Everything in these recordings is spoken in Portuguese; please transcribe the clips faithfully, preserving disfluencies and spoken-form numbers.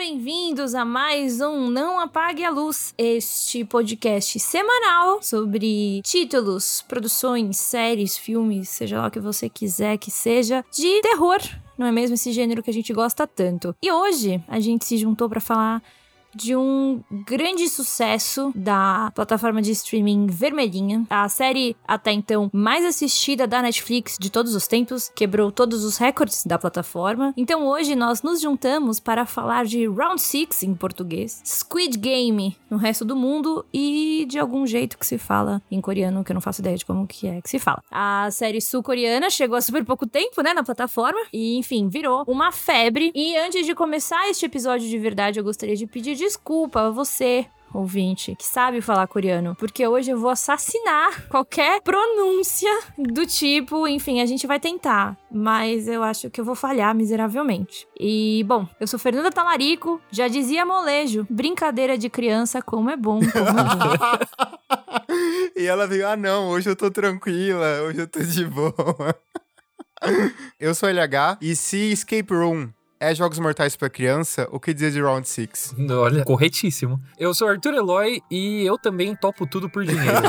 bem-vindos a mais um Não Apague a Luz, este podcast semanal sobre títulos, produções, séries, filmes, seja lá o que você quiser que seja, de terror, não é mesmo? Esse gênero que a gente gosta tanto. E hoje a gente se juntou pra falar de um grande sucesso da plataforma de streaming vermelhinha. A série, até então, mais assistida da Netflix de todos os tempos, quebrou todos os recordes da plataforma. Então hoje nós nos juntamos para falar de Round six em português, Squid Game no resto do mundo e de algum jeito que se fala em coreano, que eu não faço ideia de como que é que se fala. A série sul-coreana chegou há super pouco tempo, né, na plataforma e, enfim, virou uma febre. E antes de começar este episódio de verdade, eu gostaria de pedir desculpa a você, ouvinte, que sabe falar coreano, porque hoje eu vou assassinar qualquer pronúncia do tipo, enfim, a gente vai tentar, mas eu acho que eu vou falhar miseravelmente. E, bom, eu sou Fernanda Talarico, já dizia molejo, brincadeira de criança, como é bom, como é bom. E ela veio, ah não, hoje eu tô tranquila, hoje eu tô de boa. Eu sou L H, e se Escape Room é jogos mortais pra criança, o que dizer de Round six? Olha, corretíssimo. Eu sou Arthur Eloy e eu também topo tudo por dinheiro.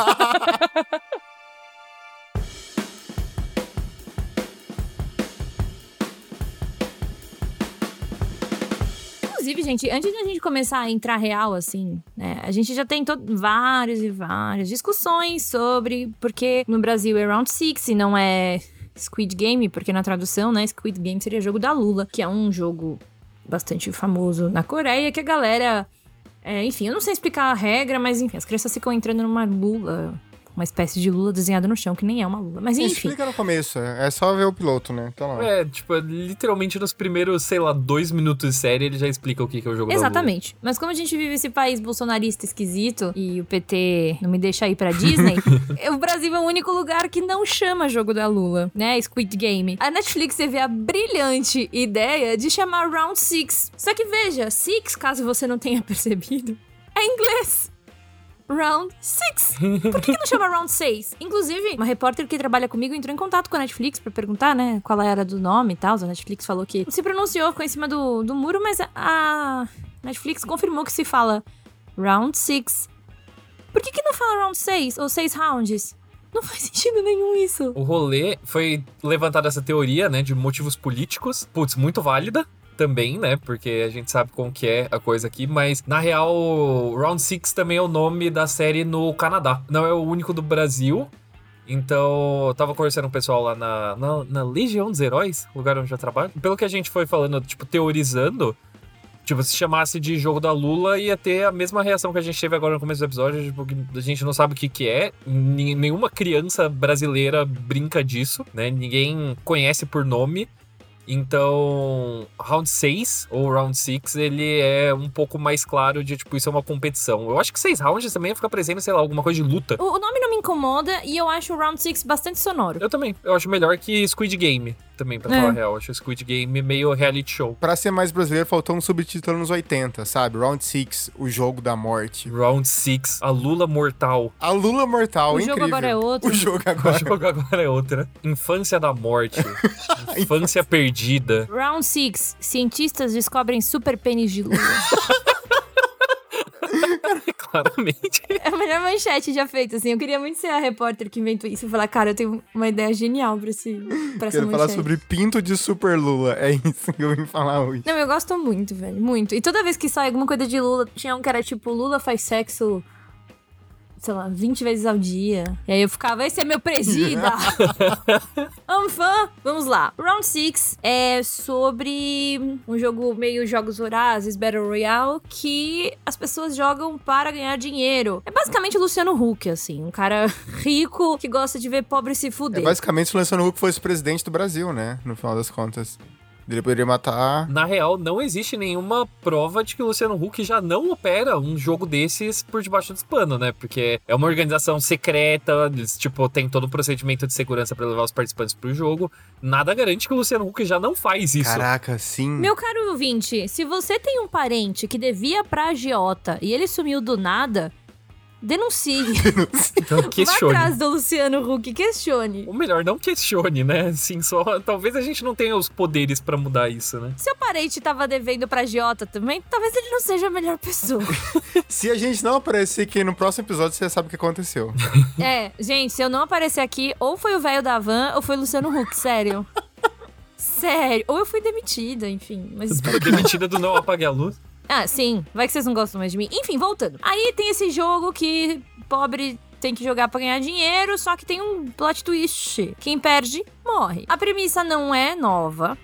Inclusive, gente, antes de a gente começar a entrar real, assim, né, a gente já tem to- várias e várias discussões sobre porque no Brasil é Round six e não é Squid Game, porque na tradução, né, Squid Game seria jogo da Lula, que é um jogo bastante famoso na Coreia, que a galera, é, enfim, eu não sei explicar a regra, mas enfim, as crianças ficam entrando numa lula, uma espécie de lula desenhada no chão, que nem é uma lula, mas enfim. Explica no começo, é só ver o piloto, né? Então, lá. É, tipo, literalmente nos primeiros, sei lá, dois minutos de série, ele já explica o que é o jogo Exatamente. da Lula. Mas como a gente vive esse país bolsonarista esquisito e o P T não me deixa ir pra Disney, o Brasil é o único lugar que não chama jogo da Lula, né? Squid Game. A Netflix teve a brilhante ideia de chamar Round six. Só que veja, six, caso você não tenha percebido, é inglês. Round six. Por que, que não chama Round six? Inclusive, uma repórter que trabalha comigo entrou em contato com a Netflix pra perguntar, né, qual era do nome e tal. A Netflix falou que se pronunciou, ficou em cima do, do muro, mas a Netflix confirmou que se fala Round six. Por que que não fala Round seis ou seis rounds? Não faz sentido nenhum isso. O rolê foi levantada essa teoria, né, de motivos políticos. Putz, muito válida. Também, né, porque a gente sabe como que é a coisa aqui, mas na real, Round six também é o nome da série no Canadá. Não é o único do Brasil, então eu tava conversando com o pessoal lá na, na, na Legião dos Heróis, lugar onde eu trabalho. Pelo que a gente foi falando, tipo, teorizando, tipo, se chamasse de jogo da Lula, ia ter a mesma reação que a gente teve agora no começo do episódio, tipo, que a gente não sabe o que que é, N- nenhuma criança brasileira brinca disso, né, ninguém conhece por nome. Então, Round seis ou Round six, ele é um pouco mais claro de, tipo, isso é uma competição. Eu acho que seis rounds também ia ficar presente, sei lá, alguma coisa de luta. O, o nome não me incomoda e eu acho o Round six bastante sonoro. Eu também. Eu acho melhor que Squid Game, também, pra É. falar a real. Eu acho Squid Game meio reality show. Pra ser mais brasileiro, faltou um subtítulo nos oitenta, sabe? Round six, o jogo da morte. Round six, a Lula mortal. A Lula mortal, O incrível. jogo agora é outro. O jogo O agora. jogo agora é outra. Infância da morte. Infância perdida. Round six, cientistas descobrem super pênis de Lula. Claramente. É a melhor manchete já feita, assim. Eu queria muito ser a repórter que inventou isso e falar, cara, eu tenho uma ideia genial pra, esse, pra essa Quero manchete. falar sobre pinto de Super Lula. É isso que eu vim falar hoje. Não, eu gosto muito, velho, muito. E toda vez que sai alguma coisa de Lula, tinha um que era tipo, Lula faz sexo, sei lá, vinte vezes ao dia. E aí eu ficava, esse é meu presida. I'm fã. Vamos lá. Round six é sobre um jogo meio jogos vorazes, Battle Royale, que as pessoas jogam para ganhar dinheiro. É basicamente o Luciano Huck, assim, um cara rico que gosta de ver pobre se É fuder. basicamente se o Luciano Huck fosse presidente do Brasil, né? No final das contas. Ele poderia matar... Na real, não existe nenhuma prova de que o Luciano Huck já não opera um jogo desses por debaixo dos panos, né? Porque é uma organização secreta, eles, tipo, tem todo o procedimento de segurança pra levar os participantes pro jogo. Nada garante que o Luciano Huck já não faz isso. Caraca, sim. Meu caro ouvinte, se você tem um parente que devia pra agiota e ele sumiu do nada, denuncie. Então Vá questione. atrás do Luciano Huck, questione. Ou melhor, não questione, né? Assim, só... Talvez a gente não tenha os poderes pra mudar isso, né? Seu parente tava devendo pra agiota também, talvez ele não seja a melhor pessoa. Se a gente não aparecer aqui no próximo episódio, você sabe o que aconteceu. É, gente, se eu não aparecer aqui, ou foi o velho da van, ou foi o Luciano Huck, sério. Sério. Ou eu fui demitida, enfim. Mas Demitida do Não Apague a Luz. Ah, sim. Vai que vocês não gostam mais de mim. Enfim, voltando. Aí tem esse jogo que pobre tem que jogar pra ganhar dinheiro, só que tem um plot twist. Quem perde, morre. A premissa não é nova,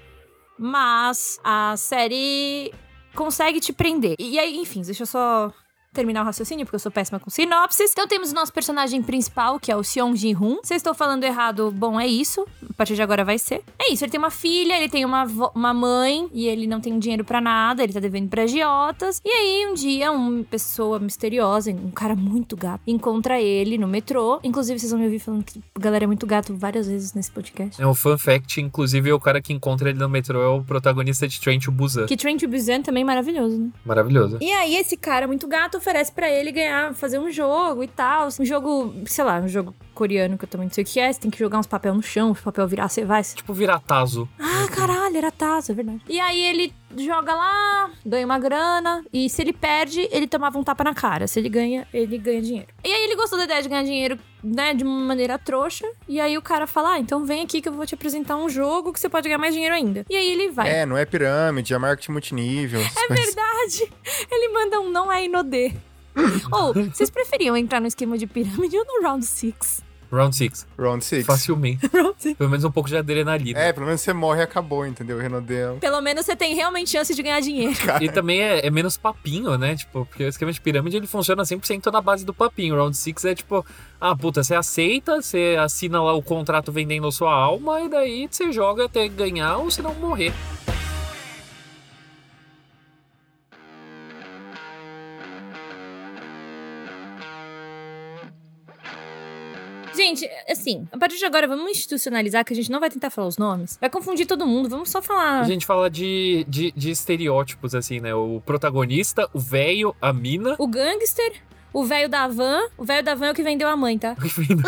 mas a série consegue te prender. E aí, enfim, deixa eu só terminar o raciocínio, porque eu sou péssima com sinopses. Então temos o nosso personagem principal, que é o Seong Ji-hoon. Se eu estou falando errado, bom, é isso. A partir de agora vai ser. É isso, ele tem uma filha, ele tem uma, uma mãe, e ele não tem dinheiro pra nada, ele tá devendo pra agiotas. E aí, um dia, uma pessoa misteriosa, um cara muito gato, encontra ele no metrô. Inclusive, vocês vão me ouvir falando que a galera é muito gato várias vezes nesse podcast. É um fun fact, inclusive o cara que encontra ele no metrô é o protagonista de Train to Busan. Que Train to Busan também é maravilhoso, né? Maravilhoso. E aí, esse cara muito gato oferece pra ele ganhar, fazer um jogo e tal. Um jogo, sei lá, um jogo coreano que eu também não sei o que é. Você tem que jogar uns papel no chão, os papel virar, você vai. Tipo virar tazo. Ah, caralho, era taça, é verdade. E aí ele joga lá, ganha uma grana, e se ele perde, ele tomava um tapa na cara. Se ele ganha, ele ganha dinheiro. E aí ele gostou da ideia de ganhar dinheiro, né, de uma maneira trouxa. E aí o cara fala, ah, então vem aqui que eu vou te apresentar um jogo que você pode ganhar mais dinheiro ainda. E aí ele vai. É, não é pirâmide, é marketing multinível. É verdade. Ele manda um não é inodê. Ou, vocês preferiam entrar no esquema de pirâmide ou no Round six? Round six. Round six. Facilmente. Pelo menos um pouco de adrenalina. É, pelo menos você morre e acabou, entendeu? Renodeu. Pelo menos você tem realmente chance de ganhar dinheiro. E também é, é menos papinho, né? Tipo, porque o esquema de pirâmide ele funciona cem por cento na base do papinho. Round six é tipo, ah, puta, você aceita, você assina lá o contrato vendendo a sua alma e daí você joga até ganhar ou se não morrer. Gente, assim, a partir de agora vamos institucionalizar que a gente não vai tentar falar os nomes. Vai confundir todo mundo, vamos só falar. A gente fala de, de, de estereótipos, assim, né? O protagonista, o velho, a mina. O gangster, o velho da van. O velho da van é o que vendeu a mãe, tá?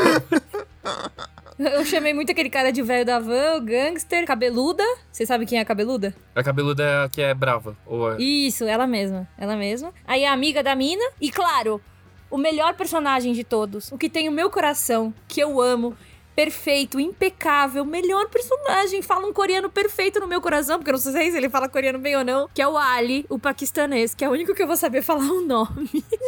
Eu chamei muito aquele cara de velho da van, o gangster, cabeluda. Você sabe quem é a cabeluda? A cabeluda é a que é brava. Ou é... Isso, ela mesma, ela mesma. Aí a amiga da mina. E claro, o melhor personagem de todos, o que tem o meu coração, que eu amo, perfeito, impecável, melhor personagem, fala um coreano perfeito no meu coração, porque eu não sei se ele fala coreano bem ou não, que é o Ali, o paquistanês, que é o único que eu vou saber falar o nome.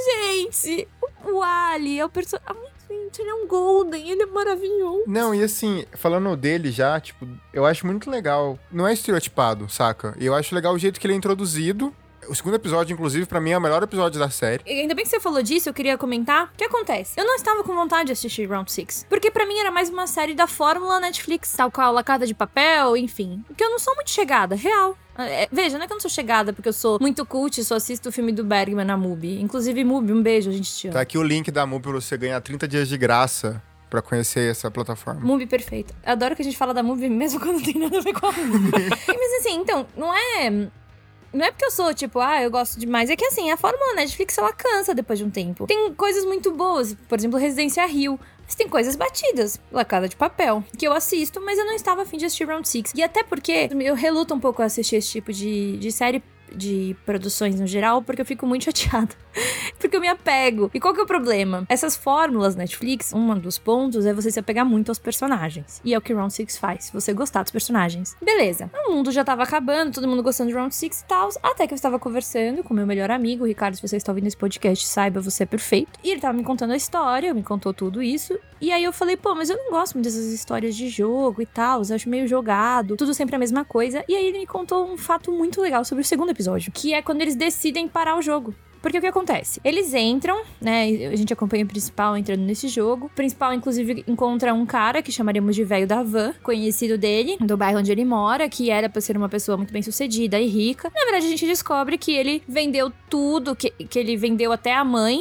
Gente, o Ali é o personagem... Gente, ele é um golden, ele é maravilhoso. Não, e assim, falando dele já, tipo, eu acho muito legal. Não é estereotipado, saca? E eu acho legal o jeito que ele é introduzido. O segundo episódio, inclusive, pra mim é o melhor episódio da série. E ainda bem que você falou disso, eu queria comentar. O que acontece? Eu não estava com vontade de assistir Round six. Porque pra mim era mais uma série da fórmula Netflix, tal qual La Casa de Papel, enfim. Porque eu não sou muito chegada, real. É, veja, não é que eu não sou chegada porque eu sou muito cult e só assisto o filme do Bergman na Mubi. Inclusive, Mubi, um beijo, a gente te ama. Tá aqui o link da Mubi pra você ganhar trinta dias de graça pra conhecer essa plataforma. Mubi perfeita. Adoro que a gente fala da Mubi mesmo quando não tem nada a ver com a Mubi. Mas assim, então, não é... Não é porque eu sou, tipo, ah, eu gosto demais. É que, assim, a fórmula Netflix, ela cansa depois de um tempo. Tem coisas muito boas, por exemplo, Residência Rio. Mas tem coisas batidas, La Casa de Papel, que eu assisto, mas eu não estava a fim de assistir Round six. E até porque eu reluto um pouco a assistir esse tipo de, de série, de produções no geral, porque eu fico muito chateada. Porque eu me apego. E qual que é o problema? Essas fórmulas Netflix, um dos pontos é você se apegar muito aos personagens. E é o que Round six faz, se você gostar dos personagens. Beleza. O mundo já tava acabando, todo mundo gostando de Round six e tal. Até que eu estava conversando com meu melhor amigo, o Ricardo, se você está ouvindo esse podcast, saiba, você é perfeito. E ele tava me contando a história, me contou tudo isso. E aí eu falei, pô, mas eu não gosto muito dessas histórias de jogo e tal, eu acho meio jogado, tudo sempre a mesma coisa. E aí ele me contou um fato muito legal sobre o segundo episódio, que é quando eles decidem parar o jogo. Porque o que acontece? Eles entram, né? A gente acompanha o principal entrando nesse jogo. O principal, inclusive, encontra um cara que chamaríamos de velho da van, conhecido dele, do bairro onde ele mora, que era pra ser uma pessoa muito bem sucedida e rica. Na verdade, a gente descobre que ele vendeu tudo, que, que ele vendeu até a mãe.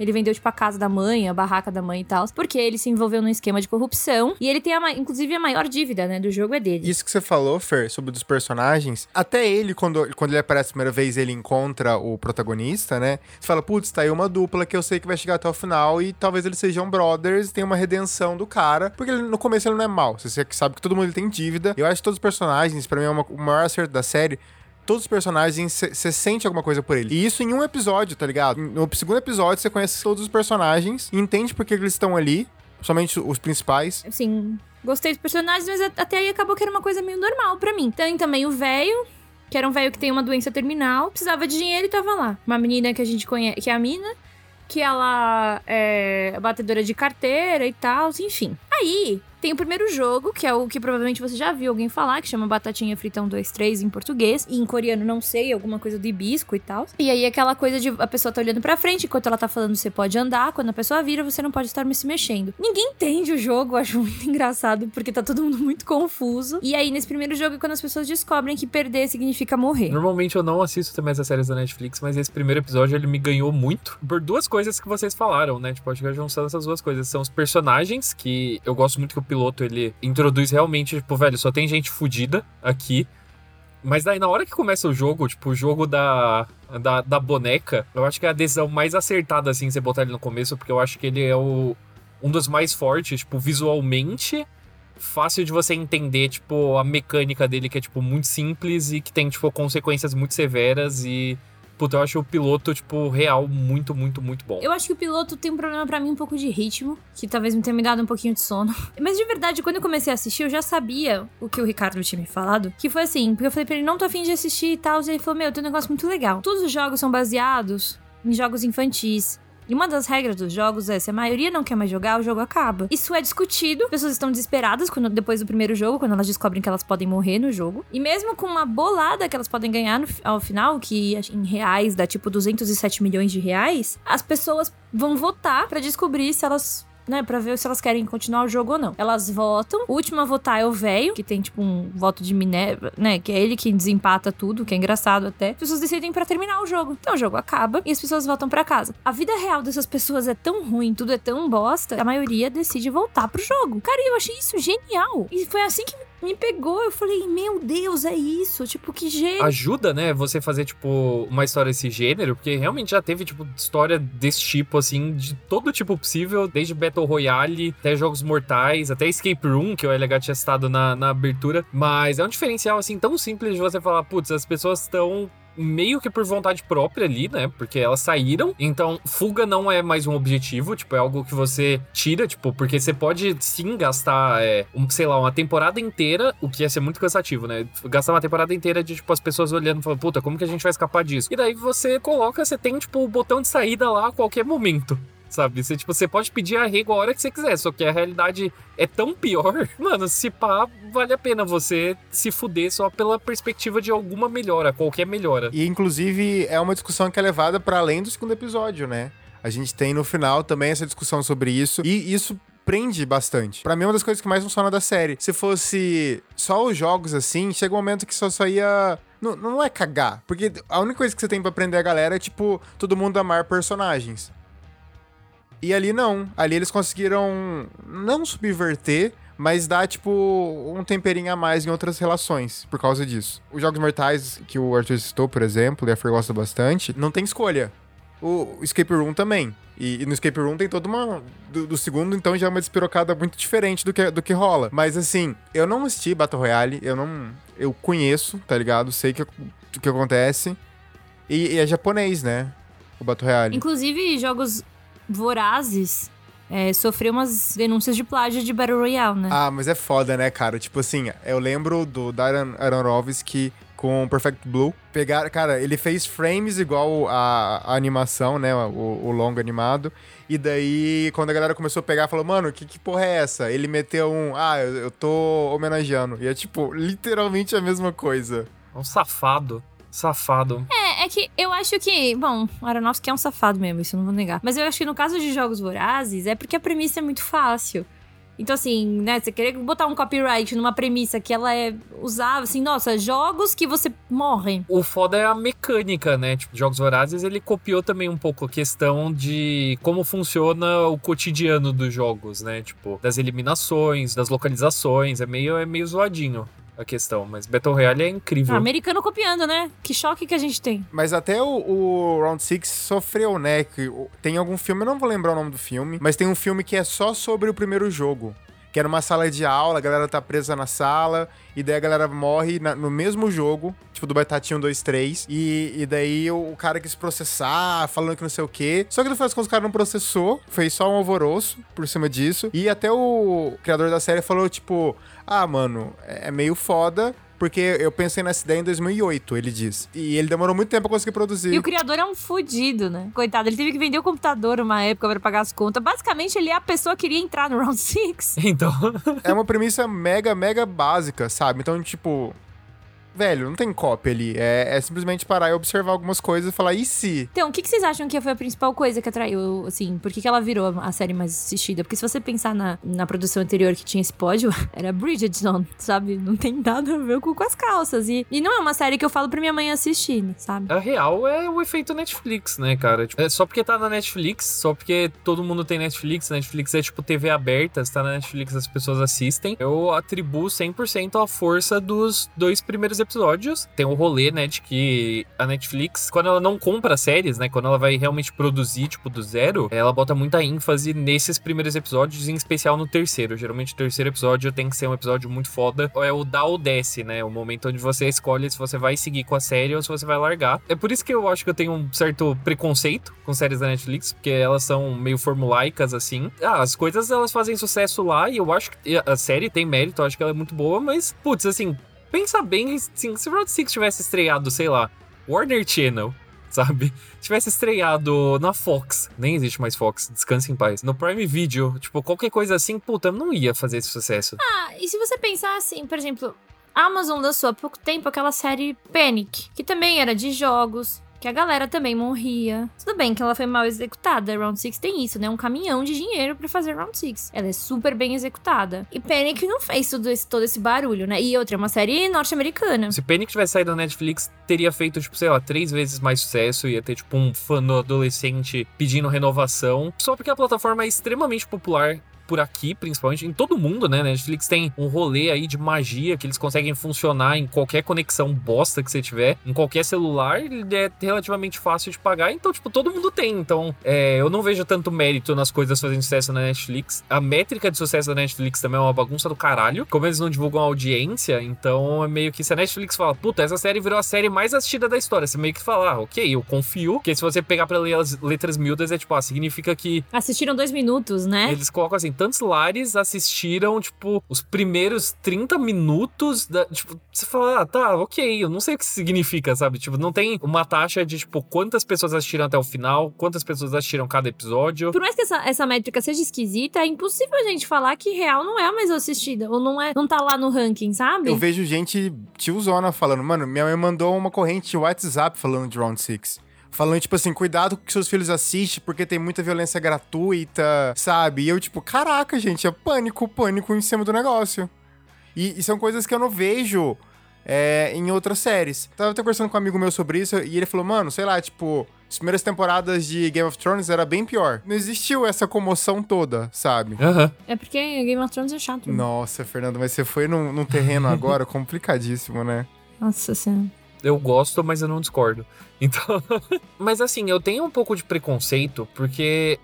Ele vendeu, tipo, a casa da mãe, a barraca da mãe e tal, porque ele se envolveu num esquema de corrupção. E ele tem, a, inclusive, a maior dívida, né, do jogo é dele. Isso que você falou, Fer, sobre dos personagens, até ele, quando, quando ele aparece a primeira vez, ele encontra o protagonista, né? Você fala, putz, tá aí uma dupla que eu sei que vai chegar até o final e talvez eles sejam brothers, tem uma redenção do cara, porque ele, no começo ele não é mau. Você sabe que todo mundo ele tem dívida. Eu acho que todos os personagens, pra mim, é uma, o maior acerto da série. Todos os personagens, você sente alguma coisa por ele. E isso em um episódio, tá ligado? No segundo episódio, você conhece todos os personagens, entende por que eles estão ali, somente os principais. Sim, gostei dos personagens, mas até aí acabou que era uma coisa meio normal pra mim. Tem também o velho, que era um velho que tem uma doença terminal, precisava de dinheiro e tava lá. Uma menina que a gente conhece, que é a Mina, que ela é batedora de carteira e tal, enfim. Aí, tem o primeiro jogo, que é o que provavelmente você já viu alguém falar, que chama Batatinha Frita um, dois, três em português. E em coreano não sei, alguma coisa do hibisco e tal. E aí aquela coisa de a pessoa tá olhando pra frente, enquanto ela tá falando você pode andar, quando a pessoa vira você não pode estar se mexendo. Ninguém entende o jogo, eu acho muito engraçado, porque tá todo mundo muito confuso. E aí nesse primeiro jogo é quando as pessoas descobrem que perder significa morrer. Normalmente eu não assisto também essas séries da Netflix, mas esse primeiro episódio ele me ganhou muito por duas coisas que vocês falaram, né? Tipo, acho que a junção dessas duas coisas são os personagens, que eu gosto muito que o piloto, ele introduz realmente, tipo, velho, só tem gente fodida aqui. Mas daí, na hora que começa o jogo, tipo, o jogo da, da, da boneca, eu acho que é a decisão mais acertada, assim, você botar ele no começo, porque eu acho que ele é o, um dos mais fortes, tipo, visualmente, fácil de você entender, tipo, a mecânica dele, que é, tipo, muito simples e que tem, tipo, consequências muito severas e... Puta, eu acho o piloto, tipo, real, muito, muito, muito bom. Eu acho que o piloto tem um problema pra mim um pouco de ritmo, que talvez me tenha me dado um pouquinho de sono. Mas de verdade, quando eu comecei a assistir, eu já sabia o que o Ricardo tinha me falado, que foi assim, porque eu falei pra ele, não tô afim de assistir e tal, e ele falou, meu, tem um negócio muito legal. Todos os jogos são baseados em jogos infantis. E uma das regras dos jogos é, se a maioria não quer mais jogar, o jogo acaba. Isso é discutido. As pessoas estão desesperadas quando, depois do primeiro jogo, quando elas descobrem que elas podem morrer no jogo. E mesmo com uma bolada que elas podem ganhar no, ao final, que em reais dá tipo duzentos e sete milhões de reais, as pessoas vão votar pra descobrir se elas... né, pra ver se elas querem continuar o jogo ou não. Elas votam. O último a votar é o velho, que tem, tipo, um voto de Minerva, né, que é ele que desempata tudo, que é engraçado até. As pessoas decidem pra terminar o jogo. Então o jogo acaba e as pessoas voltam pra casa. A vida real dessas pessoas é tão ruim, tudo é tão bosta, a maioria decide voltar pro jogo. Cara, eu achei isso genial. E foi assim que me pegou. Eu falei, meu Deus, é isso. Tipo, que gênio. Ajuda, né, você fazer, tipo, uma história desse gênero, porque realmente já teve, tipo, história desse tipo, assim, de todo tipo possível, desde Battle Royale, até Jogos Mortais, até Escape Room, que o L H tinha citado na, na abertura. Mas é um diferencial, assim, tão simples de você falar, putz, as pessoas estão... meio que por vontade própria ali, né? Porque elas saíram. Então, fuga não é mais um objetivo. Tipo, é algo que você tira, tipo... Porque você pode, sim, gastar, é, um, sei lá, uma temporada inteira, o que ia ser muito cansativo, né? Gastar uma temporada inteira de, tipo, as pessoas olhando e falando, puta, como que a gente vai escapar disso? E daí você coloca, você tem, tipo, o botão de saída lá a qualquer momento. Sabe? Você, tipo, você pode pedir arrego a hora que você quiser, só que a realidade é tão pior. Mano, se pá, vale a pena você se fuder só pela perspectiva de alguma melhora, qualquer melhora. E, inclusive, é uma discussão que é levada para além do segundo episódio, né? A gente tem no final também essa discussão sobre isso, e isso prende bastante. Pra mim, é uma das coisas que mais funciona da série. Se fosse só os jogos assim, chega um momento que só, só ia... Não, não é cagar, porque a única coisa que você tem pra prender a galera é, tipo, todo mundo amar personagens. E ali não. Ali eles conseguiram não subverter, mas dar, tipo, um temperinho a mais em outras relações por causa disso. Os Jogos Mortais, que o Arthur citou, por exemplo, e a Fer gosta bastante, não tem escolha. O Escape Room também. E, e no Escape Room tem toda uma... Do, do segundo, então, já é uma despirocada muito diferente do que, do que rola. Mas, assim, eu não assisti Battle Royale, eu não... Eu conheço, tá ligado? Sei que, o que acontece. E, e é japonês, né? O Battle Royale. Inclusive, jogos... Vorazes é, sofreu umas denúncias de plágio de Battle Royale, né? Ah, mas é foda, né, cara? Tipo assim, eu lembro do Darren Aronofsky com Perfect Blue. Pegar, cara, ele fez frames igual a, a animação, né? O, o longo animado. E daí, quando a galera começou a pegar, falou, mano, que, que porra é essa? Ele meteu um, ah, eu, eu tô homenageando. E é, tipo, literalmente a mesma coisa. Um safado. Safado. É, é que eu acho que... Bom, o Aronofsky é um safado mesmo, isso eu não vou negar. Mas eu acho que no caso de Jogos Vorazes, é porque a premissa é muito fácil. Então, assim, né, você querer botar um copyright numa premissa que ela é usada, assim, nossa, jogos que você morre. O foda é a mecânica, né? Tipo, Jogos Vorazes, ele copiou também um pouco a questão de como funciona o cotidiano dos jogos, né? Tipo, das eliminações, das localizações, é meio, é meio zoadinho a questão, mas Battle Royale é incrível. Ah, americano copiando, né? Que choque que a gente tem. Mas até o, o Round six sofreu, né? Que, tem algum filme, eu não vou lembrar o nome do filme, mas tem um filme que é só sobre o primeiro jogo. Que era uma sala de aula, a galera tá presa na sala, e daí a galera morre na, no mesmo jogo, tipo do Batatinha um, dois, três, e, e daí o, o cara quis processar, falando que não sei o quê. Só que no final das contas o cara não processou, fez só um alvoroço por cima disso, e até o criador da série falou, tipo, ah, mano, é meio foda, porque eu pensei nessa ideia em dois mil e oito, ele diz. E ele demorou muito tempo pra conseguir produzir. E o criador é um fudido, né? Coitado, ele teve que vender o computador uma época pra pagar as contas. Basicamente, ele é a pessoa que queria entrar no Round six. Então... é uma premissa mega, mega básica, sabe? Então, tipo... velho, não tem cópia ali. É, é simplesmente parar e observar algumas coisas e falar, e se? Então, o que, que vocês acham que foi a principal coisa que atraiu, assim, por que, que ela virou a série mais assistida? Porque se você pensar na, na produção anterior que tinha esse pódio, era Bridgerton, sabe? Não tem nada a ver com, com as calças. E, e não é uma série que eu falo pra minha mãe assistir, sabe? A real é o efeito Netflix, né, cara? Tipo, é só porque tá na Netflix, só porque todo mundo tem Netflix, Netflix é tipo T V aberta, se tá na Netflix as pessoas assistem. Eu atribuo cem por cento à força dos dois primeiros episódios. Tem um rolê, né, de que a Netflix, quando ela não compra séries, né, quando ela vai realmente produzir, tipo, do zero, ela bota muita ênfase nesses primeiros episódios, em especial no terceiro. Geralmente o terceiro episódio tem que ser um episódio muito foda. É o dá ou desce, né, o momento onde você escolhe se você vai seguir com a série ou se você vai largar. É por isso que eu acho que eu tenho um certo preconceito com séries da Netflix, porque elas são meio formulaicas, assim. Ah, as coisas, elas fazem sucesso lá e eu acho que a série tem mérito, eu acho que ela é muito boa, mas, putz, assim, pensa bem, assim, se o Round six tivesse estreado, sei lá, Warner Channel, sabe? Tivesse estreado na Fox, nem existe mais Fox, descanse em paz. No Prime Video, tipo, qualquer coisa assim, puta, não ia fazer esse sucesso. Ah, e se você pensar assim, por exemplo, a Amazon lançou há pouco tempo aquela série Panic, que também era de jogos, que a galera também morria. Tudo bem que ela foi mal executada, Round six tem isso, né? Um caminhão de dinheiro pra fazer Round six. Ela é super bem executada. E Panic não fez tudo esse, todo esse barulho, né? E outra, é uma série norte-americana. Se Panic tivesse saído da Netflix, teria feito, tipo, sei lá, três vezes mais sucesso. Ia ter, tipo, um fã adolescente pedindo renovação. Só porque a plataforma é extremamente popular por aqui, principalmente, em todo mundo, né? Netflix tem um rolê aí de magia que eles conseguem funcionar em qualquer conexão bosta que você tiver, em qualquer celular, ele é relativamente fácil de pagar, então, tipo, todo mundo tem. Então, é, eu não vejo tanto mérito nas coisas fazendo sucesso na Netflix. A métrica de sucesso da Netflix também é uma bagunça do caralho. Como eles não divulgam a audiência, então é meio que se a Netflix fala, puta, essa série virou a série mais assistida da história, você meio que fala, ah, ok, eu confio, porque se você pegar pra ler as letras miúdas, é tipo, ah, significa que... assistiram dois minutos, né? Eles colocam assim, tantos lares assistiram, tipo, os primeiros trinta minutos da, tipo, você fala, ah, tá, ok, eu não sei o que isso significa, sabe? Tipo, não tem uma taxa de, tipo, quantas pessoas assistiram até o final, quantas pessoas assistiram cada episódio. Por mais que essa, essa métrica seja esquisita, é impossível a gente falar que real não é a mais assistida, ou não é, não tá lá no ranking, sabe? Eu vejo gente tiozona falando, mano, minha mãe mandou uma corrente de WhatsApp falando de Round six. Falando, tipo assim, cuidado com que seus filhos assistem, porque tem muita violência gratuita, sabe? E eu, tipo, caraca, gente, é pânico, pânico em cima do negócio. E, e são coisas que eu não vejo é, em outras séries. Tava até conversando com um amigo meu sobre isso, e ele falou, mano, sei lá, tipo, as primeiras temporadas de Game of Thrones era bem pior. Não existiu essa comoção toda, sabe? Aham. Uhum. É porque Game of Thrones é chato. Né? Nossa, Fernando, mas você foi num, num terreno agora complicadíssimo, né? Nossa senhora. Eu gosto, mas eu não discordo. Então... mas assim, eu tenho um pouco de preconceito, porque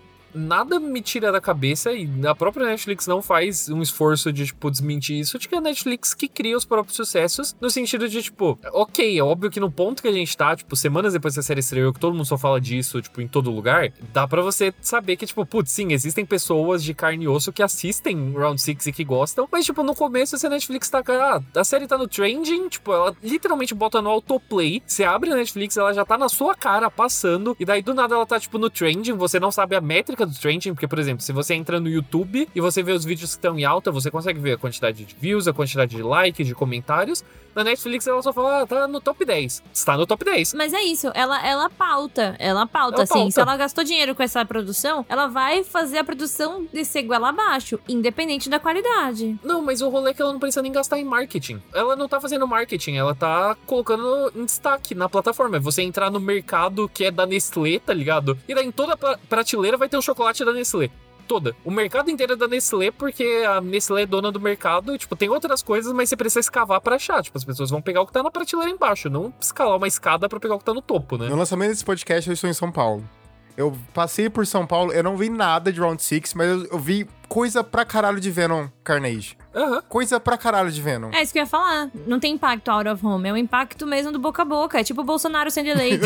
nada me tira da cabeça, e a própria Netflix não faz um esforço de, tipo, desmentir isso, de que é a Netflix que cria os próprios sucessos, no sentido de, tipo, ok, é óbvio que no ponto que a gente tá, tipo, semanas depois que a série estreou, que todo mundo só fala disso, tipo, em todo lugar, dá pra você saber que, tipo, putz, sim, existem pessoas de carne e osso que assistem Round six e que gostam, mas, tipo, no começo, se a Netflix tá, ah, a série tá no trending, tipo, ela literalmente bota no autoplay, você abre a Netflix, ela já tá na sua cara, passando, e daí do nada ela tá, tipo, no trending, você não sabe a métrica do trending, porque, por exemplo, se você entra no YouTube e você vê os vídeos que estão em alta, você consegue ver a quantidade de views, a quantidade de likes, de comentários, Na Netflix ela só fala, ah, tá no top dez. Está no top dez. Mas é isso, ela, ela pauta, ela pauta, Ela assim. pauta. Se ela gastou dinheiro com essa produção, ela vai fazer a produção descer goela abaixo, independente da qualidade. Não, mas o rolê é que ela não precisa nem gastar em marketing. Ela não tá fazendo marketing, ela tá colocando em destaque na plataforma. É você entrar no mercado que é da Nestlé, tá ligado? E daí em toda a prateleira vai ter um chocolate da Nestlé. Toda. O mercado inteiro é da Nestlé, porque a Nestlé é dona do mercado e, tipo, tem outras coisas, mas você precisa escavar pra achar. Tipo, as pessoas vão pegar o que tá na prateleira embaixo, não escalar uma escada pra pegar o que tá no topo, né? No lançamento desse podcast, eu estou em São Paulo. Eu passei por São Paulo, eu não vi nada de Round six, mas eu, eu vi coisa pra caralho de Venom Carnage. Aham. Coisa pra caralho de Venom. É isso que eu ia falar. Não tem impacto out of home, é o impacto mesmo do boca a boca. É tipo o Bolsonaro sendo eleito.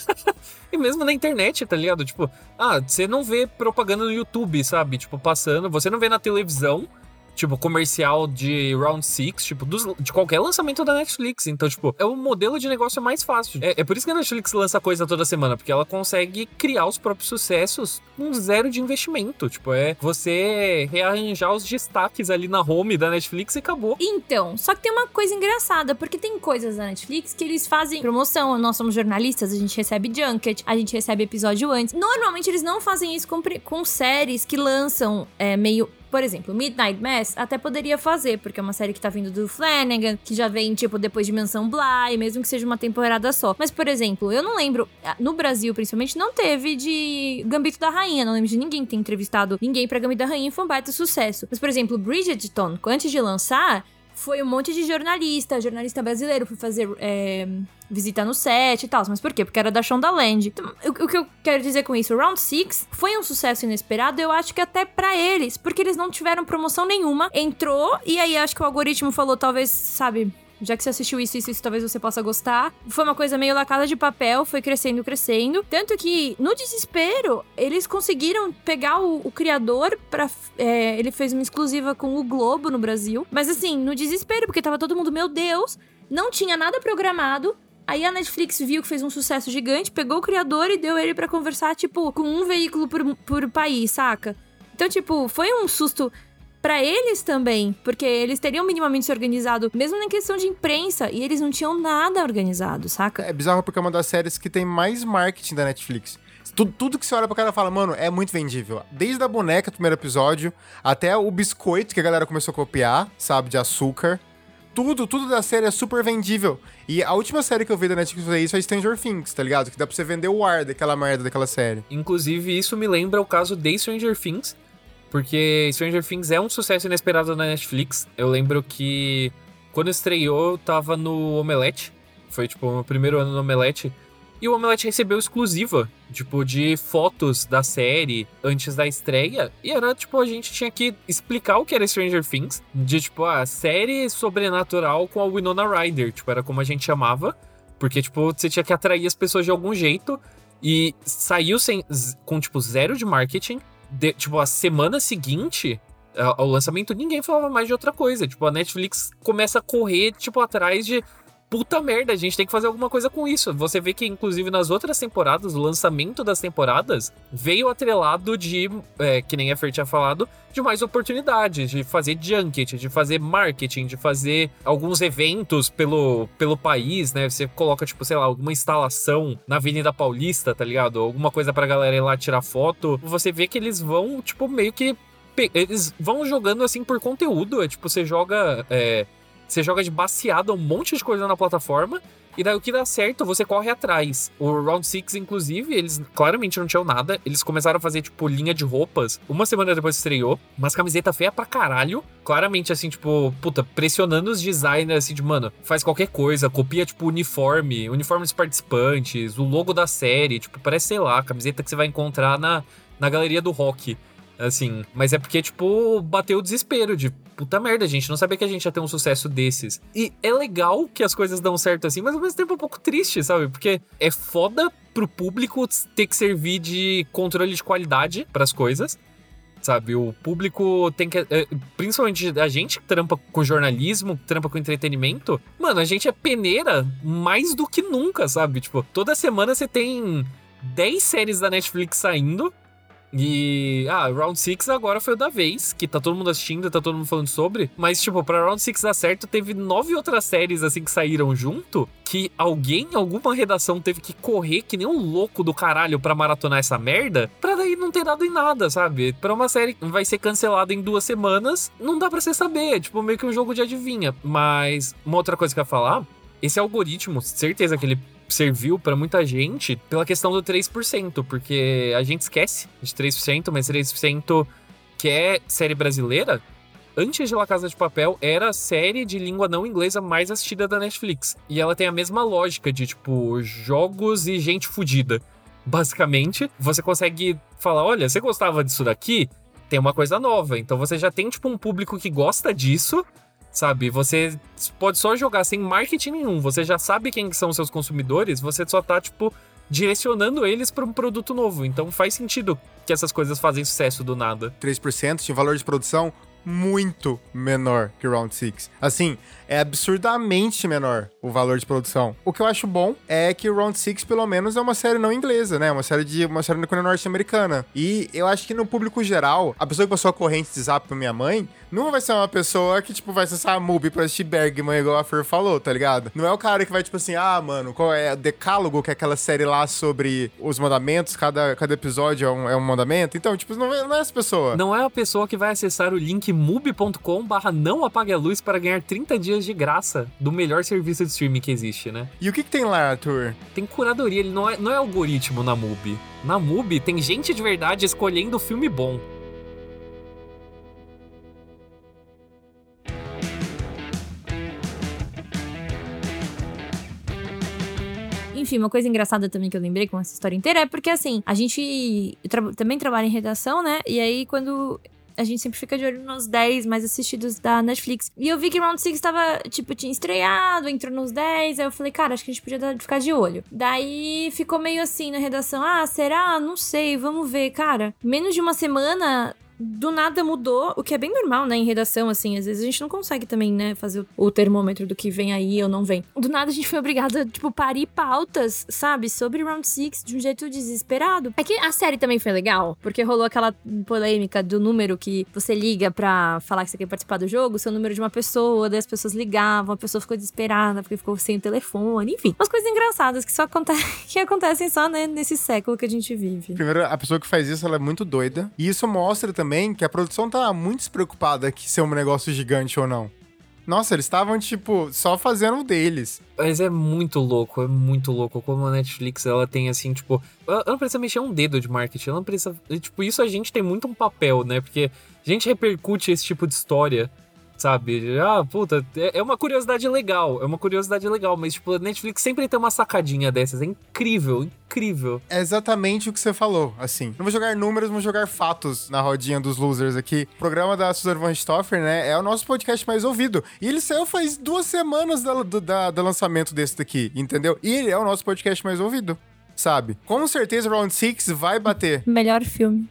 E mesmo na internet, tá ligado? Tipo, ah, você não vê propaganda no YouTube, sabe? Tipo, passando, você não vê na televisão, tipo, comercial de Round six, tipo, dos, de qualquer lançamento da Netflix. Então, tipo, é o modelo de negócio mais fácil. É, é por isso que a Netflix lança coisa toda semana, porque ela consegue criar os próprios sucessos com zero de investimento. Tipo, é você rearranjar os destaques ali na home da Netflix e acabou. Então, só que tem uma coisa engraçada, porque tem coisas da Netflix que eles fazem promoção. Nós somos jornalistas, a gente recebe junket, a gente recebe episódio antes. Normalmente eles não fazem isso com, com séries que lançam é, meio... Por exemplo, Midnight Mass até poderia fazer, porque é uma série que tá vindo do Flanagan, que já vem, tipo, depois de Mansão Bly, mesmo que seja uma temporada só. Mas, por exemplo, eu não lembro, no Brasil, principalmente, não teve de Gambito da Rainha, não lembro de ninguém ter entrevistado ninguém pra Gambito da Rainha e foi um baita sucesso. Mas, por exemplo, Bridgerton, antes de lançar, foi um monte de jornalista, jornalista brasileiro, foi fazer é, visita no set e tal. Mas por quê? Porque era da Shondaland. Então, o, o que eu quero dizer com isso? O Round six foi um sucesso inesperado, eu acho que até pra eles, porque eles não tiveram promoção nenhuma. Entrou, e aí acho que o algoritmo falou, talvez, sabe... Já que você assistiu isso, isso, isso, talvez você possa gostar. Foi uma coisa meio La Casa de Papel, foi crescendo, crescendo. Tanto que, no desespero, eles conseguiram pegar o, o criador pra... É, ele fez uma exclusiva com o Globo no Brasil. Mas assim, no desespero, porque tava todo mundo, meu Deus, não tinha nada programado. Aí a Netflix viu que fez um sucesso gigante, pegou o criador e deu ele pra conversar, tipo, com um veículo por, por país, saca? Então, tipo, foi um susto... Pra eles também, porque eles teriam minimamente se organizado, mesmo na questão de imprensa, e eles não tinham nada organizado, saca? É bizarro porque é uma das séries que tem mais marketing da Netflix. Tudo, tudo que você olha pra cara e fala, mano, é muito vendível. Desde a boneca do primeiro episódio, até o biscoito que a galera começou a copiar, sabe, de açúcar. Tudo, tudo da série é super vendível. E a última série que eu vi da Netflix fazer isso é Stranger Things, tá ligado? Que dá pra você vender o ar daquela merda daquela série. Inclusive, isso me lembra o caso de Stranger Things, porque Stranger Things é um sucesso inesperado na Netflix. Eu lembro que quando estreou, eu tava no Omelete. Foi, tipo, o meu primeiro ano no Omelete. E o Omelete recebeu exclusiva, tipo, de fotos da série antes da estreia. E era, tipo, a gente tinha que explicar o que era Stranger Things. De, tipo, a série sobrenatural com a Winona Ryder. Tipo, era como a gente chamava. Porque, tipo, você tinha que atrair as pessoas de algum jeito. E saiu sem, com, tipo, zero de marketing. De, tipo, a semana seguinte ao lançamento, ninguém falava mais de outra coisa. Tipo, a Netflix começa a correr, tipo, atrás de... Puta merda, a gente tem que fazer alguma coisa com isso. Você vê que, inclusive, nas outras temporadas, o lançamento das temporadas veio atrelado de, é, que nem a Fer tinha falado, de mais oportunidades, de fazer junket, de fazer marketing, de fazer alguns eventos pelo, pelo país, né? Você coloca, tipo, sei lá, alguma instalação na Avenida Paulista, tá ligado? Alguma coisa pra galera ir lá tirar foto. Você vê que eles vão, tipo, meio que... Eles vão jogando, assim, por conteúdo. É, tipo, você joga... É, Você joga de baseada um monte de coisa na plataforma, e daí o que dá certo, você corre atrás. O Round six, inclusive, eles claramente não tinham nada. Eles começaram a fazer, tipo, linha de roupas. Uma semana depois estreou. Umas camisetas feias pra caralho. Claramente, assim, tipo, puta, pressionando os designers, assim, de, mano, faz qualquer coisa. Copia, tipo, uniforme, uniforme dos participantes, o logo da série. Tipo, parece, sei lá, a camiseta que você vai encontrar na, na galeria do rock. Assim, mas é porque, tipo, bateu o desespero de puta merda, a gente não sabia que a gente ia ter um sucesso desses. E é legal que as coisas dão certo assim, mas ao mesmo tempo é um pouco triste, sabe? Porque é foda pro público ter que servir de controle de qualidade pras coisas, sabe? O público tem que... Principalmente a gente que trampa com jornalismo, que trampa com entretenimento, mano, a gente é peneira mais do que nunca, sabe? Tipo, toda semana você tem dez séries da Netflix saindo. E, ah, Round six agora foi o da vez, que tá todo mundo assistindo, tá todo mundo falando sobre. Mas, tipo, pra Round six dar certo, teve nove outras séries, assim, que saíram junto, que alguém, alguma redação teve que correr que nem um louco do caralho pra maratonar essa merda, pra daí não ter dado em nada, sabe? Pra uma série que vai ser cancelada em duas semanas, não dá pra você saber, é tipo meio que um jogo de adivinha. Mas, uma outra coisa que eu ia falar, esse algoritmo, certeza que ele serviu pra muita gente pela questão do três por cento, porque a gente esquece de três por cento, mas três por cento que é série brasileira, antes de La Casa de Papel, era a série de língua não inglesa mais assistida da Netflix. E ela tem a mesma lógica de, tipo, jogos e gente fodida. Basicamente, você consegue falar, olha, você gostava disso daqui? Tem uma coisa nova. Então você já tem, tipo, um público que gosta disso, sabe? Você pode só jogar sem marketing nenhum. Você já sabe quem são os seus consumidores. Você só tá, tipo, direcionando eles para um produto novo. Então faz sentido que essas coisas fazem sucesso do nada. três por cento de valor de produção muito menor que Round six. Assim, é absurdamente menor o valor de produção. O que eu acho bom é que Round six, pelo menos, é uma série não inglesa, né? Uma série de uma série norte-americana. E eu acho que no público geral, a pessoa que passou a corrente de zap pra minha mãe não vai ser uma pessoa que, tipo, vai acessar a Mubi pra assistir Bergman, igual a Fer falou, tá ligado? Não é o cara que vai, tipo assim, ah, mano, qual é Decálogo, que é aquela série lá sobre os mandamentos, cada, cada episódio é um, é um mandamento. Então, tipo, não é, não é essa pessoa. Não é a pessoa que vai acessar o link mubi ponto com barra não apague a luz para ganhar trinta dias de graça do melhor serviço de streaming que existe, né? E o que que tem lá, Arthur? Tem curadoria, ele não é, não é algoritmo na Mubi. Na Mubi tem gente de verdade escolhendo filme bom. Enfim, uma coisa engraçada também que eu lembrei com essa história inteira é porque, assim, a gente tra- também trabalha em redação, né? E aí, quando a gente sempre fica de olho nos dez mais assistidos da Netflix. E eu vi que Round six tava, tipo, tinha estreado, entrou nos dez. Aí eu falei, cara, acho que a gente podia dar- ficar de olho. Daí ficou meio assim na redação. Ah, será? Não sei, vamos ver. Cara, menos de uma semana, do nada mudou, o que é bem normal, né, em redação, assim, às vezes a gente não consegue também, né, fazer o termômetro do que vem aí ou não vem. Do nada a gente foi obrigado a, tipo, parir pautas, sabe, sobre Round six de um jeito desesperado. É que a série também foi legal, porque rolou aquela polêmica do número que você liga pra falar que você quer participar do jogo, seu número de uma pessoa, daí as pessoas ligavam, a pessoa ficou desesperada porque ficou sem o telefone, enfim. Umas coisas engraçadas que só aconte- que acontecem só, né, nesse século que a gente vive. Primeiro, a pessoa que faz isso, ela é muito doida. E isso mostra também que a produção tá muito despreocupada que ser um negócio gigante ou não. Nossa, eles estavam, tipo, só fazendo o deles. Mas é muito louco, é muito louco como a Netflix, ela tem assim, tipo... Ela não precisa mexer um dedo de marketing, ela não precisa... Tipo, isso a gente tem muito um papel, né? Porque a gente repercute esse tipo de história, sabe? Ah, puta, é uma curiosidade legal, é uma curiosidade legal, mas, tipo, a Netflix sempre tem uma sacadinha dessas, é incrível, incrível. É exatamente o que você falou, assim. Não vou jogar números, vou jogar fatos na rodinha dos losers aqui. O programa da Susan von Stoffer, né, é o nosso podcast mais ouvido. E ele saiu faz duas semanas do, do, da, do lançamento desse daqui, entendeu? E ele é o nosso podcast mais ouvido, sabe? Com certeza Round six vai bater. Melhor filme.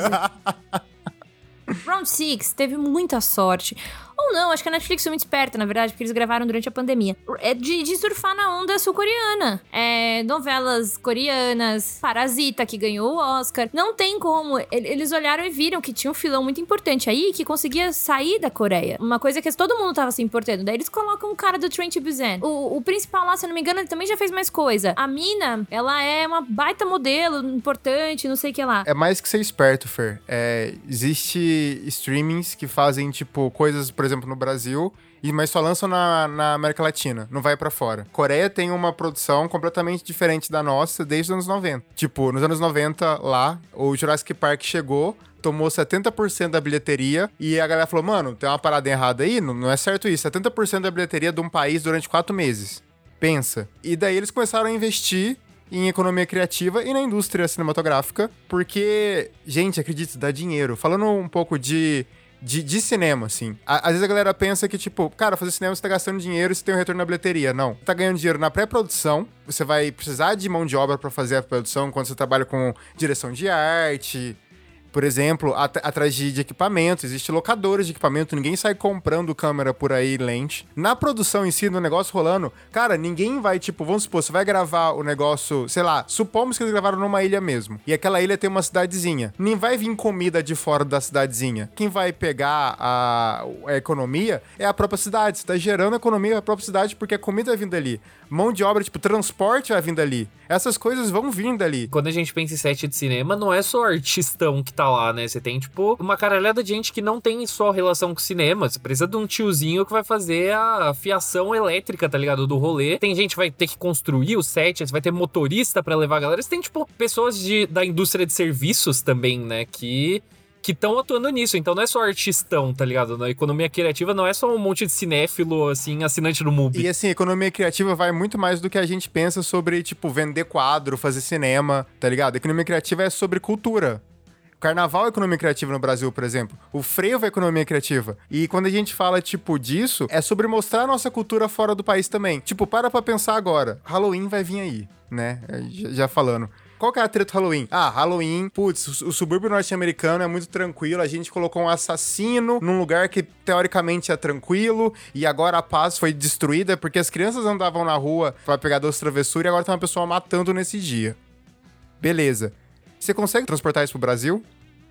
Round six teve muita sorte. Ou não, acho que a Netflix foi muito esperta, na verdade, porque eles gravaram durante a pandemia. É de, de surfar na onda sul-coreana. É, novelas coreanas, Parasita, que ganhou o Oscar. Não tem como. Eles olharam e viram que tinha um filão muito importante aí, que conseguia sair da Coreia. Uma coisa que todo mundo tava se importando. Daí eles colocam o cara do Train to Busan. O, o principal lá, se eu não me engano, ele também já fez mais coisa. A mina, ela é uma baita modelo, importante, não sei o que lá. É mais que ser esperto, Fer. É, existe streamings que fazem, tipo, coisas, por exemplo, no Brasil, e mas só lançam na, na América Latina, não vai pra fora. Coreia tem uma produção completamente diferente da nossa desde os anos noventa. Tipo, nos anos noventa, lá, o Jurassic Park chegou, tomou setenta por cento da bilheteria, e a galera falou, mano, tem uma parada errada aí? Não, não é certo isso. setenta por cento da bilheteria de um país durante quatro meses. Pensa. E daí eles começaram a investir em economia criativa e na indústria cinematográfica, porque, gente, acredite, dá dinheiro. Falando um pouco de... De, de cinema, assim. Às vezes a galera pensa que, tipo, cara, fazer cinema você tá gastando dinheiro e você tem um retorno na bilheteria. Não. Você tá ganhando dinheiro na pré-produção, você vai precisar de mão de obra pra fazer a produção, quando você trabalha com direção de arte, Por exemplo, at- atrás de, de equipamentos, existe locadores de equipamento, ninguém sai comprando câmera por aí, lente. Na produção em si, no negócio rolando, cara, ninguém vai, tipo, vamos supor, você vai gravar o negócio, sei lá, supomos que eles gravaram numa ilha mesmo, e aquela ilha tem uma cidadezinha. Nem vai vir comida de fora da cidadezinha. Quem vai pegar a, a economia é a própria cidade. Você tá gerando economia na própria cidade porque a comida vai vir dali. Mão de obra, tipo, transporte vai vir dali. Essas coisas vão vir dali. Quando a gente pensa em set de cinema, não é só o artistão que tá lá, né? Você tem, tipo, uma caralhada de gente que não tem só relação com cinema. Você precisa de um tiozinho que vai fazer a fiação elétrica, tá ligado? Do rolê. Tem gente que vai ter que construir o set, você vai ter motorista pra levar a galera. Você tem, tipo, pessoas de, da indústria de serviços também, né? Que... que estão atuando nisso, então não é só artistão, tá ligado? Na economia criativa não é só um monte de cinéfilo, assim, assinante do MUBI. E assim, a economia criativa vai muito mais do que a gente pensa sobre, tipo, vender quadro, fazer cinema, tá ligado? A economia criativa é sobre cultura. Carnaval é economia criativa no Brasil, por exemplo. O frevo é economia criativa. E quando a gente fala, tipo, disso, é sobre mostrar a nossa cultura fora do país também. Tipo, para pra pensar agora. Halloween vai vir aí, né? Já falando. Qual que é a treta do Halloween? Ah, Halloween, putz, o subúrbio norte-americano é muito tranquilo, a gente colocou um assassino num lugar que teoricamente é tranquilo, e agora a paz foi destruída porque as crianças andavam na rua pra pegar doce travessura e agora tem uma pessoa matando nesse dia. Beleza. Você consegue transportar isso pro Brasil?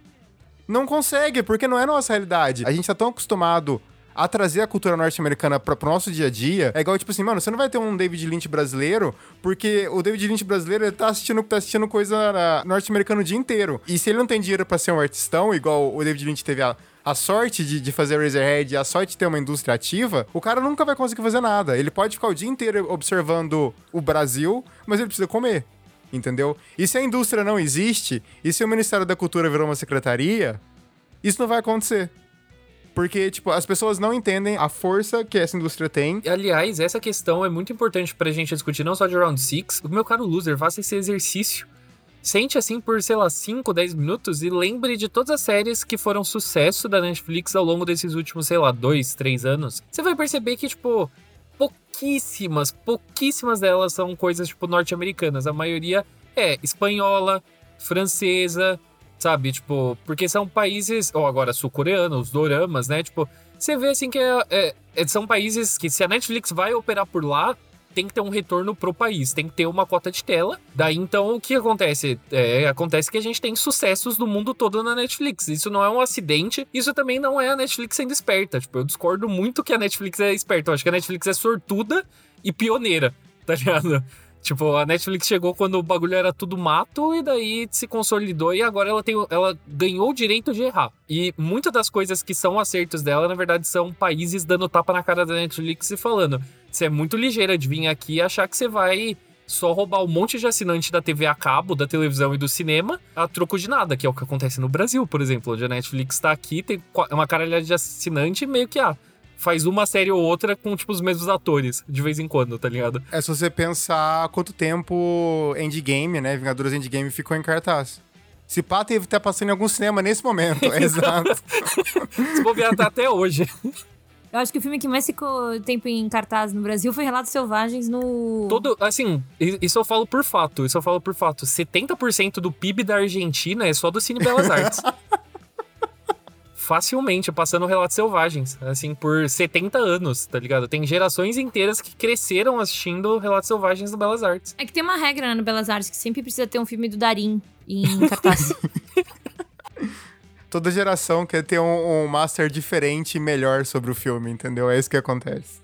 Não consegue, porque não é nossa realidade. A gente tá tão acostumado a trazer a cultura norte-americana pra, pro nosso dia a dia. É igual, tipo assim, mano, você não vai ter um David Lynch brasileiro, porque o David Lynch brasileiro, ele tá assistindo, tá assistindo coisa norte-americana o dia inteiro. E se ele não tem dinheiro pra ser um artistão, igual o David Lynch teve a, a sorte de, de fazer Razorhead, a sorte de ter uma indústria ativa, o cara nunca vai conseguir fazer nada. Ele pode ficar o dia inteiro observando o Brasil, mas ele precisa comer. Entendeu? E se a indústria não existe, e se o Ministério da Cultura virou uma secretaria, isso não vai acontecer. Porque, tipo, as pessoas não entendem a força que essa indústria tem. Aliás, essa questão é muito importante pra gente discutir, não só de Round six. O meu caro loser, faça esse exercício. Sente assim por, sei lá, cinco, dez minutos e lembre de todas as séries que foram sucesso da Netflix ao longo desses últimos, sei lá, dois, três anos. Você vai perceber que, tipo, pouquíssimas, pouquíssimas delas são coisas, tipo, norte-americanas. A maioria é espanhola, francesa, sabe? Tipo, porque são países... Ou agora, sul-coreano, os doramas, né? Tipo, você vê, assim, que é, é, é, são países que se a Netflix vai operar por lá, tem que ter um retorno pro país, tem que ter uma cota de tela. Daí, então, o que acontece? É, acontece que a gente tem sucessos do mundo todo na Netflix. Isso não é um acidente, isso também não é a Netflix sendo esperta. Tipo, eu discordo muito que a Netflix é esperta. Eu acho que a Netflix é sortuda e pioneira, tá ligado? Tipo, a Netflix chegou quando o bagulho era tudo mato e daí se consolidou e agora ela, tem, ela ganhou o direito de errar. E muitas das coisas que são acertos dela, na verdade, são países dando tapa na cara da Netflix e falando: você é muito ligeira de vir aqui e achar que você vai só roubar um monte de assinante da T V a cabo, da televisão e do cinema a troco de nada, que é o que acontece no Brasil, por exemplo, onde a Netflix tá aqui, tem uma caralhada de assinante e meio que, ah, faz uma série ou outra com, tipo, os mesmos atores, de vez em quando, tá ligado? É se você pensar quanto tempo Endgame, né, Vingadores Endgame ficou em cartaz. Se pá, teve tá passando em algum cinema nesse momento, exato. Se bobear, tá até hoje. Eu acho que o filme que mais ficou tempo em cartaz no Brasil foi Relatos Selvagens no... Todo, assim, isso eu falo por fato, isso eu falo por fato. setenta por cento do P I B da Argentina é só do Cine Belas Artes. Facilmente, passando Relatos Selvagens, assim, por setenta anos, tá ligado? Tem gerações inteiras que cresceram assistindo Relatos Selvagens no Belas Artes. É que tem uma regra, né, no Belas Artes, que sempre precisa ter um filme do Darim em cartaz. Toda geração quer ter um, um master diferente e melhor sobre o filme, entendeu? É isso que acontece.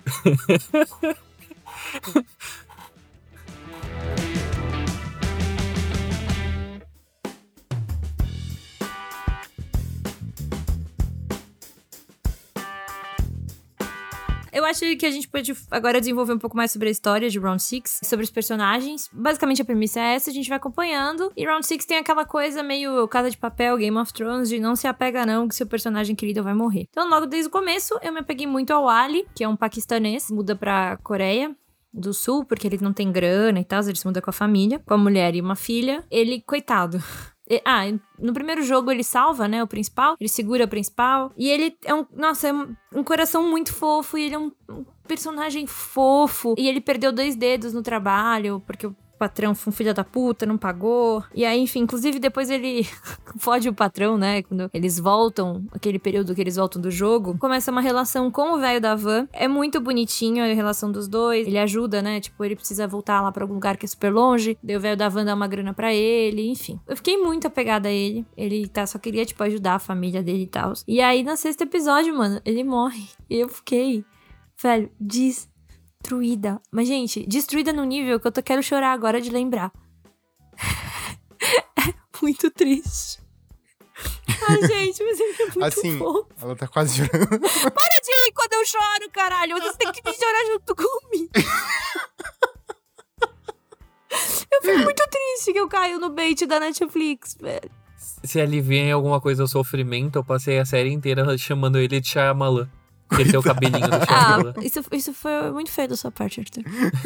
Eu acho que a gente pode agora desenvolver um pouco mais sobre a história de Round six, sobre os personagens. Basicamente a premissa é essa, a gente vai acompanhando. E Round six tem aquela coisa meio Casa de Papel, Game of Thrones, de não se apega não, que seu personagem querido vai morrer. Então logo desde o começo eu me apeguei muito ao Ali, que é um paquistanês, muda pra Coreia do Sul, porque ele não tem grana e tal, ele se muda com a família, com a mulher e uma filha. Ele, coitado... Ah, no primeiro jogo ele salva, né, o principal, ele segura o principal, e ele é um, nossa, é um, um coração muito fofo, e ele é um, um personagem fofo, e ele perdeu dois dedos no trabalho, porque o patrão foi um filho da puta, não pagou. E aí, enfim, inclusive depois ele fode o patrão, né? Quando eles voltam, aquele período que eles voltam do jogo, começa uma relação com o velho da van. É muito bonitinho a relação dos dois. Ele ajuda, né? Tipo, ele precisa voltar lá pra algum lugar que é super longe. Daí o velho da van dá uma grana pra ele, enfim. Eu fiquei muito apegada a ele. Ele tá, só queria, tipo, ajudar a família dele e tal. E aí, no sexto episódio, mano, ele morre. E eu fiquei, velho, destruída. Mas, gente, destruída no nível que eu tô, quero chorar agora de lembrar. É muito triste. Ai, gente, mas ele é muito assim, fofo. Ela tá quase chorando. Para de rir quando eu choro, caralho. Vocês têm que me chorar junto comigo. Eu fico muito triste que eu caio no bait da Netflix, velho. Se alivia em alguma coisa o sofrimento, eu passei a série inteira chamando ele de Shyamalan. Porque ele tem o cabelinho do Shyamalan. Ah, isso, isso foi muito feio da sua parte, Arthur.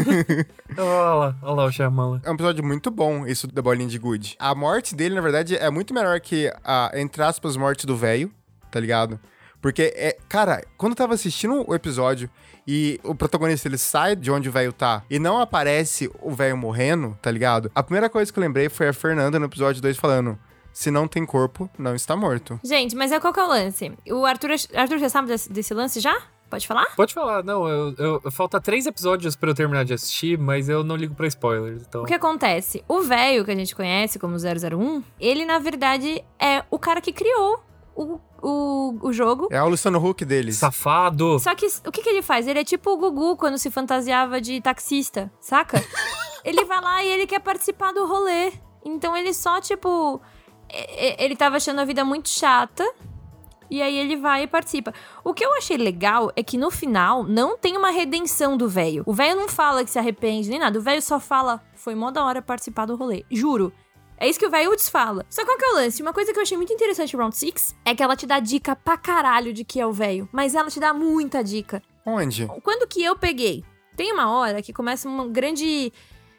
Olha lá, olha lá o Shyamalan. É um episódio muito bom, isso da bolinha de gude. A morte dele, na verdade, é muito melhor que a, entre aspas, morte do velho, tá ligado? Porque, é, cara, quando eu tava assistindo o episódio e o protagonista, ele sai de onde o velho tá e não aparece o velho morrendo, tá ligado? A primeira coisa que eu lembrei foi a Fernanda no episódio dois falando: se não tem corpo, não está morto. Gente, mas é qual que é o lance? O Arthur, Arthur já sabe desse, desse lance já? Pode falar? Pode falar, não, eu, eu, falta três episódios pra eu terminar de assistir, mas eu não ligo pra spoilers, então... O que acontece? O velho que a gente conhece como zero zero um, ele, na verdade, é o cara que criou o, o, o jogo. É o Luciano Huck deles. Safado! Só que, o que que ele faz? Ele é tipo o Gugu quando se fantasiava de taxista, saca? Ele vai lá e ele quer participar do rolê. Então ele só, tipo... Ele tava achando a vida muito chata. E aí ele vai e participa. O que eu achei legal é que no final não tem uma redenção do velho. O velho não fala que se arrepende nem nada. O velho só fala: foi mó da hora participar do rolê. Juro. É isso que o velho fala. Só que qual que é o lance? Uma coisa que eu achei muito interessante em Round six é que ela te dá dica pra caralho de que é o velho. Mas ela te dá muita dica. Onde? Quando que eu peguei? Tem uma hora que começa um grande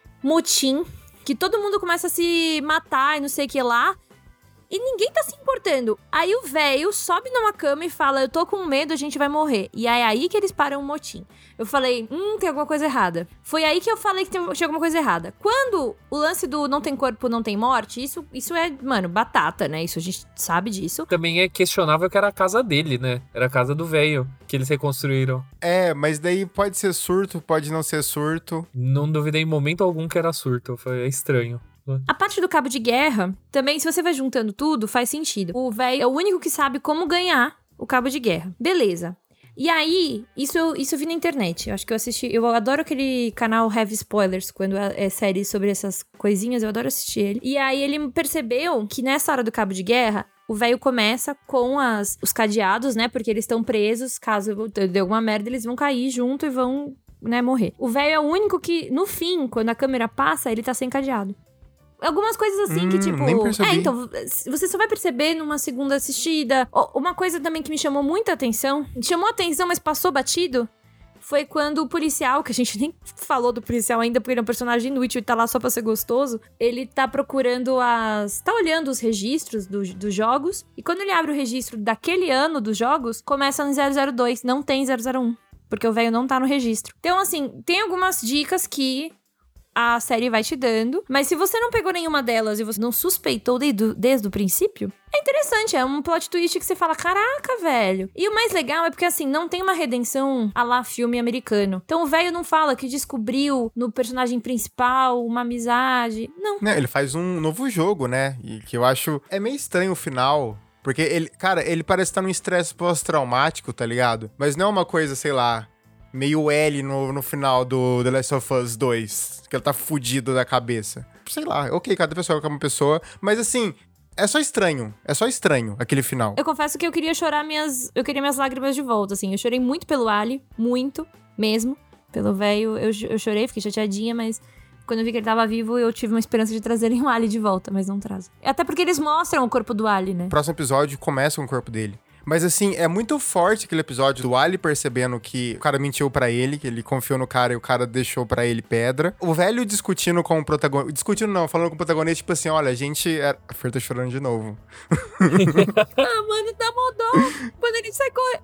motim, que todo mundo começa a se matar e não sei o que lá. E ninguém tá se importando. Aí o velho sobe numa cama e fala: eu tô com medo, a gente vai morrer. E é aí que eles param o motim. Eu falei, hum, tem alguma coisa errada. Foi aí que eu falei que tinha alguma coisa errada. Quando o lance do não tem corpo, não tem morte, isso, isso é, mano, batata, né? Isso a gente sabe disso. Também é questionável que era a casa dele, né? Era a casa do velho que eles reconstruíram. É, mas daí pode ser surto, pode não ser surto. Não duvidei em momento algum que era surto. Foi estranho. A parte do cabo de guerra, também, se você vai juntando tudo, faz sentido. O velho é o único que sabe como ganhar o cabo de guerra. Beleza. E aí, isso eu, isso eu vi na internet. Eu acho que eu assisti... Eu adoro aquele canal Heavy Spoilers, quando é, é série sobre essas coisinhas. Eu adoro assistir ele. E aí, ele percebeu que nessa hora do cabo de guerra, o velho começa com as, os cadeados, né? Porque eles estão presos. Caso dê alguma merda, eles vão cair junto e vão, né, morrer. O velho é o único que, no fim, quando a câmera passa, ele tá sem cadeado. Algumas coisas assim hum, que, tipo... Nem percebi. É, então, você só vai perceber numa segunda assistida. Uma coisa também que me chamou muita atenção, chamou atenção, mas passou batido, foi quando o policial, que a gente nem falou do policial ainda, porque ele é um personagem inútil e tá lá só pra ser gostoso, ele tá procurando as... tá olhando os registros do, dos jogos, e quando ele abre o registro daquele ano dos jogos, começa no zero zero dois, não tem zero zero um, porque o velho não tá no registro. Então, assim, tem algumas dicas que a série vai te dando, mas se você não pegou nenhuma delas e você não suspeitou desde, desde o princípio, é interessante, é um plot twist que você fala, caraca, velho. E o mais legal é porque, assim, não tem uma redenção à lá filme americano. Então o velho não fala que descobriu no personagem principal uma amizade, não. Não, ele faz um novo jogo, né, e que eu acho, é meio estranho o final. Porque ele, cara, ele parece estar num estresse pós-traumático, tá ligado? Mas não é uma coisa, sei lá, meio L no, no final do The Last of Us dois, que ele tá fudido da cabeça. Sei lá, ok, cada pessoa é uma pessoa, mas assim, é só estranho, é só estranho aquele final. Eu confesso que eu queria chorar minhas, eu queria minhas lágrimas de volta, assim, eu chorei muito pelo Ali, muito, mesmo, pelo velho, eu, eu chorei, fiquei chateadinha, mas quando eu vi que ele tava vivo, eu tive uma esperança de trazerem o Ali de volta, mas não trazem. Até porque eles mostram o corpo do Ali, né? O próximo episódio começa com o corpo dele. Mas assim, é muito forte aquele episódio do Ali percebendo que o cara mentiu pra ele, que ele confiou no cara e o cara deixou pra ele pedra. O velho discutindo com o protagonista... Discutindo não, falando com o protagonista, tipo assim, olha, a gente... Era... A Fer tá chorando de novo. Ah, mano, dá mó dó. Quando ele sai correndo...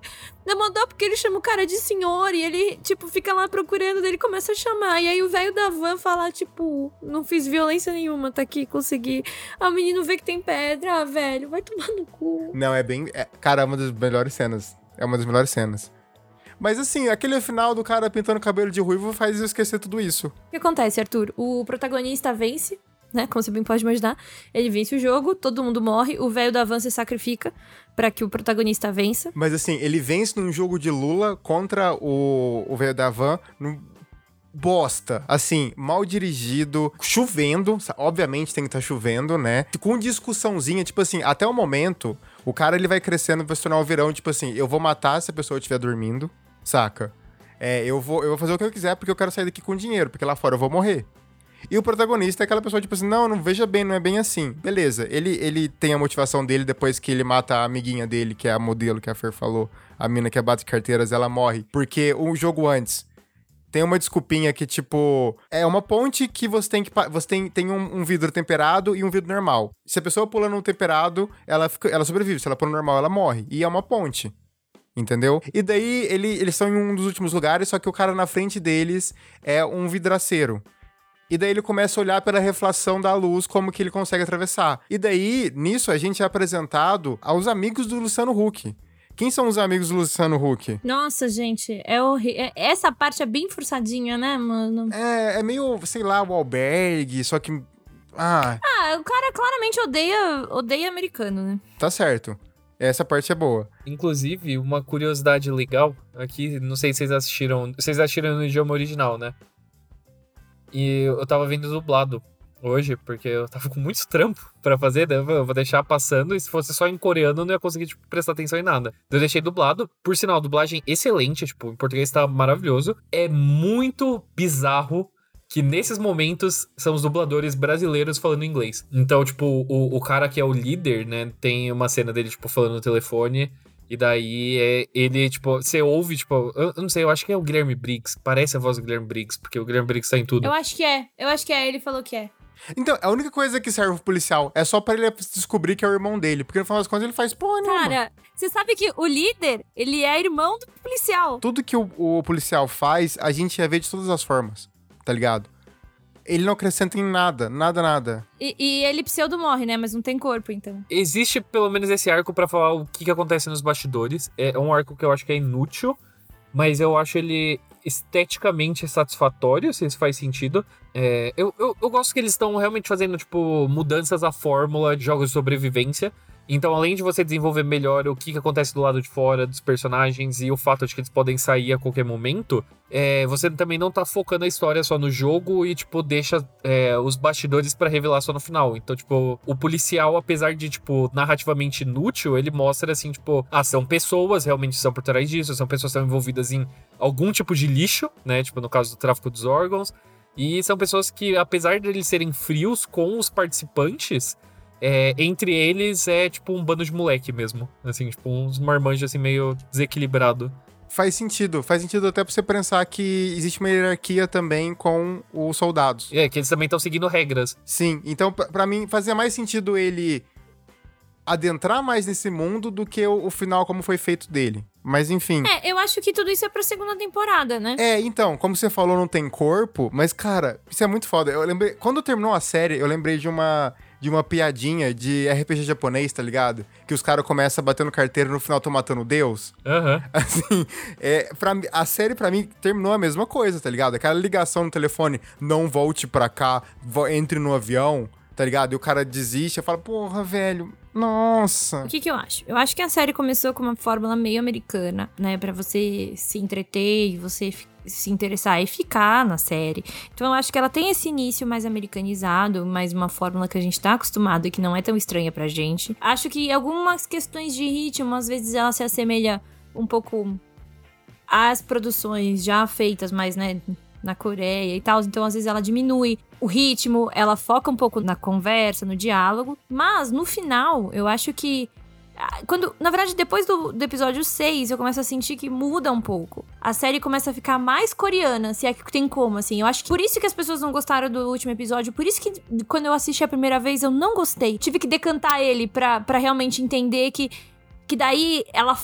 Demandou porque ele chama o cara de senhor e ele, tipo, fica lá procurando, daí ele começa a chamar. E aí o velho da van fala, tipo, não fiz violência nenhuma, tá aqui, consegui. Aí o menino vê que tem pedra, ah, velho, vai tomar no cu. Não, é bem... É, cara, é uma das melhores cenas. É uma das melhores cenas. Mas assim, aquele final do cara pintando o cabelo de ruivo faz eu esquecer tudo isso. O que acontece, Arthur? O protagonista vence, né? Como você bem pode imaginar. Ele vence o jogo, todo mundo morre, o velho da van se sacrifica pra que o protagonista vença. Mas assim, ele vence num jogo de Lula contra o, o velho da van, num bosta, assim, mal dirigido, chovendo, obviamente tem que estar tá chovendo, né? Com discussãozinha, tipo assim, até o momento, o cara ele vai crescendo, vai se tornar o verão, tipo assim, eu vou matar se a pessoa estiver dormindo, saca? É, eu vou, eu vou fazer o que eu quiser porque eu quero sair daqui com dinheiro, porque lá fora eu vou morrer. E o protagonista é aquela pessoa, tipo assim, não, não veja bem, não é bem assim. Beleza, ele, ele tem a motivação dele depois que ele mata a amiguinha dele, que é a modelo que a Fer falou, a mina que bate carteiras, ela morre. Porque o jogo antes tem uma desculpinha que, tipo, é uma ponte que você tem que você tem, tem um, um vidro temperado e um vidro normal. Se a pessoa pula no temperado, ela, fica, ela sobrevive. Se ela pula no normal, ela morre. E é uma ponte. Entendeu? E daí, ele, eles estão em um dos últimos lugares, só que o cara na frente deles é um vidraceiro. E daí ele começa a olhar pela reflação da luz, como que ele consegue atravessar. E daí, nisso, a gente é apresentado aos amigos do Luciano Huck. Quem são os amigos do Luciano Huck? Nossa, gente, é horrível. Essa parte é bem forçadinha, né, mano? É, é meio, sei lá, o albergue, só que... Ah, ah o cara claramente odeia, odeia americano, né? Tá certo. Essa parte é boa. Inclusive, uma curiosidade legal aqui, não sei se vocês assistiram... Vocês assistiram no idioma original, né? E eu tava vendo dublado hoje, porque eu tava com muito trampo pra fazer, daí eu vou deixar passando, e se fosse só em coreano eu não ia conseguir, tipo, prestar atenção em nada. Eu deixei dublado, por sinal, dublagem excelente, tipo, em português tá maravilhoso. É muito bizarro que nesses momentos são os dubladores brasileiros falando inglês. Então, tipo, o, o cara que é o líder, né, tem uma cena dele, tipo, falando no telefone... E daí, é, ele, tipo, você ouve, tipo... Eu, eu não sei, eu acho que é o Guilherme Briggs. Parece a voz do Guilherme Briggs, porque o Guilherme Briggs tá em tudo. Eu acho que é. Eu acho que é. Ele falou que é. Então, a única coisa que serve pro policial é só pra ele descobrir que é o irmão dele. Porque no final das contas ele faz porra nenhuma. Cara, você sabe que o líder, ele é irmão do policial. Tudo que o, o policial faz, a gente ia ver de todas as formas, tá ligado? Ele não acrescenta em nada, nada, nada. E, e ele pseudo morre, né? Mas não tem corpo, então. Existe pelo menos esse arco pra falar o que, que acontece nos bastidores. É um arco que eu acho que é inútil, mas eu acho ele esteticamente satisfatório, se isso faz sentido. É, eu, eu, eu gosto que eles estão realmente fazendo, tipo, mudanças à fórmula de jogos de sobrevivência. Então, além de você desenvolver melhor o que, que acontece do lado de fora dos personagens e o fato de que eles podem sair a qualquer momento, é, você também não tá focando a história só no jogo e, tipo, deixa é, os bastidores pra revelar só no final. Então, tipo, o policial, apesar de, tipo, narrativamente inútil, ele mostra, assim, tipo, ah, são pessoas realmente são por trás disso, são pessoas que estão envolvidas em algum tipo de lixo, né, tipo, no caso do tráfico dos órgãos, e são pessoas que, apesar de eles serem frios com os participantes... É, entre eles é tipo um bando de moleque mesmo. Assim, tipo uns marmanjos assim meio desequilibrado. Faz sentido. Faz sentido até pra você pensar que existe uma hierarquia também com os soldados. É, que eles também estão seguindo regras. Sim, então pra, pra mim fazia mais sentido ele adentrar mais nesse mundo do que o, o final como foi feito dele. Mas enfim. É, eu acho que tudo isso é pra segunda temporada, né? É, então, como você falou, não tem corpo, mas cara, isso é muito foda. Eu lembrei, quando terminou a série, eu lembrei de uma de uma piadinha de R P G japonês, tá ligado? Que os caras começam batendo carteira e no final estão matando Deus. Aham. Uhum. Assim, é, pra, a série pra mim terminou a mesma coisa, tá ligado? Aquela ligação no telefone, não volte pra cá, vo- entre no avião, tá ligado? E o cara desiste, eu falo, porra, velho, nossa. O que que eu acho? Eu acho que a série começou com uma fórmula meio americana, né? Pra você se entreter e você f- se interessar e ficar na série. Então eu acho que ela tem esse início mais americanizado, mais uma fórmula que a gente tá acostumado e que não é tão estranha pra gente. Acho que algumas questões de ritmo, às vezes ela se assemelha um pouco às produções já feitas mais, né, na Coreia e tal. Então às vezes ela diminui o ritmo, ela foca um pouco na conversa, no diálogo. Mas no final, eu acho que quando, na verdade, depois do, do episódio seis, eu começo a sentir que muda um pouco. A série começa a ficar mais coreana, se é que tem como, assim. Eu acho que por isso que as pessoas não gostaram do último episódio, por isso que quando eu assisti a primeira vez eu não gostei. Tive que decantar ele pra, pra realmente entender que, que daí ela...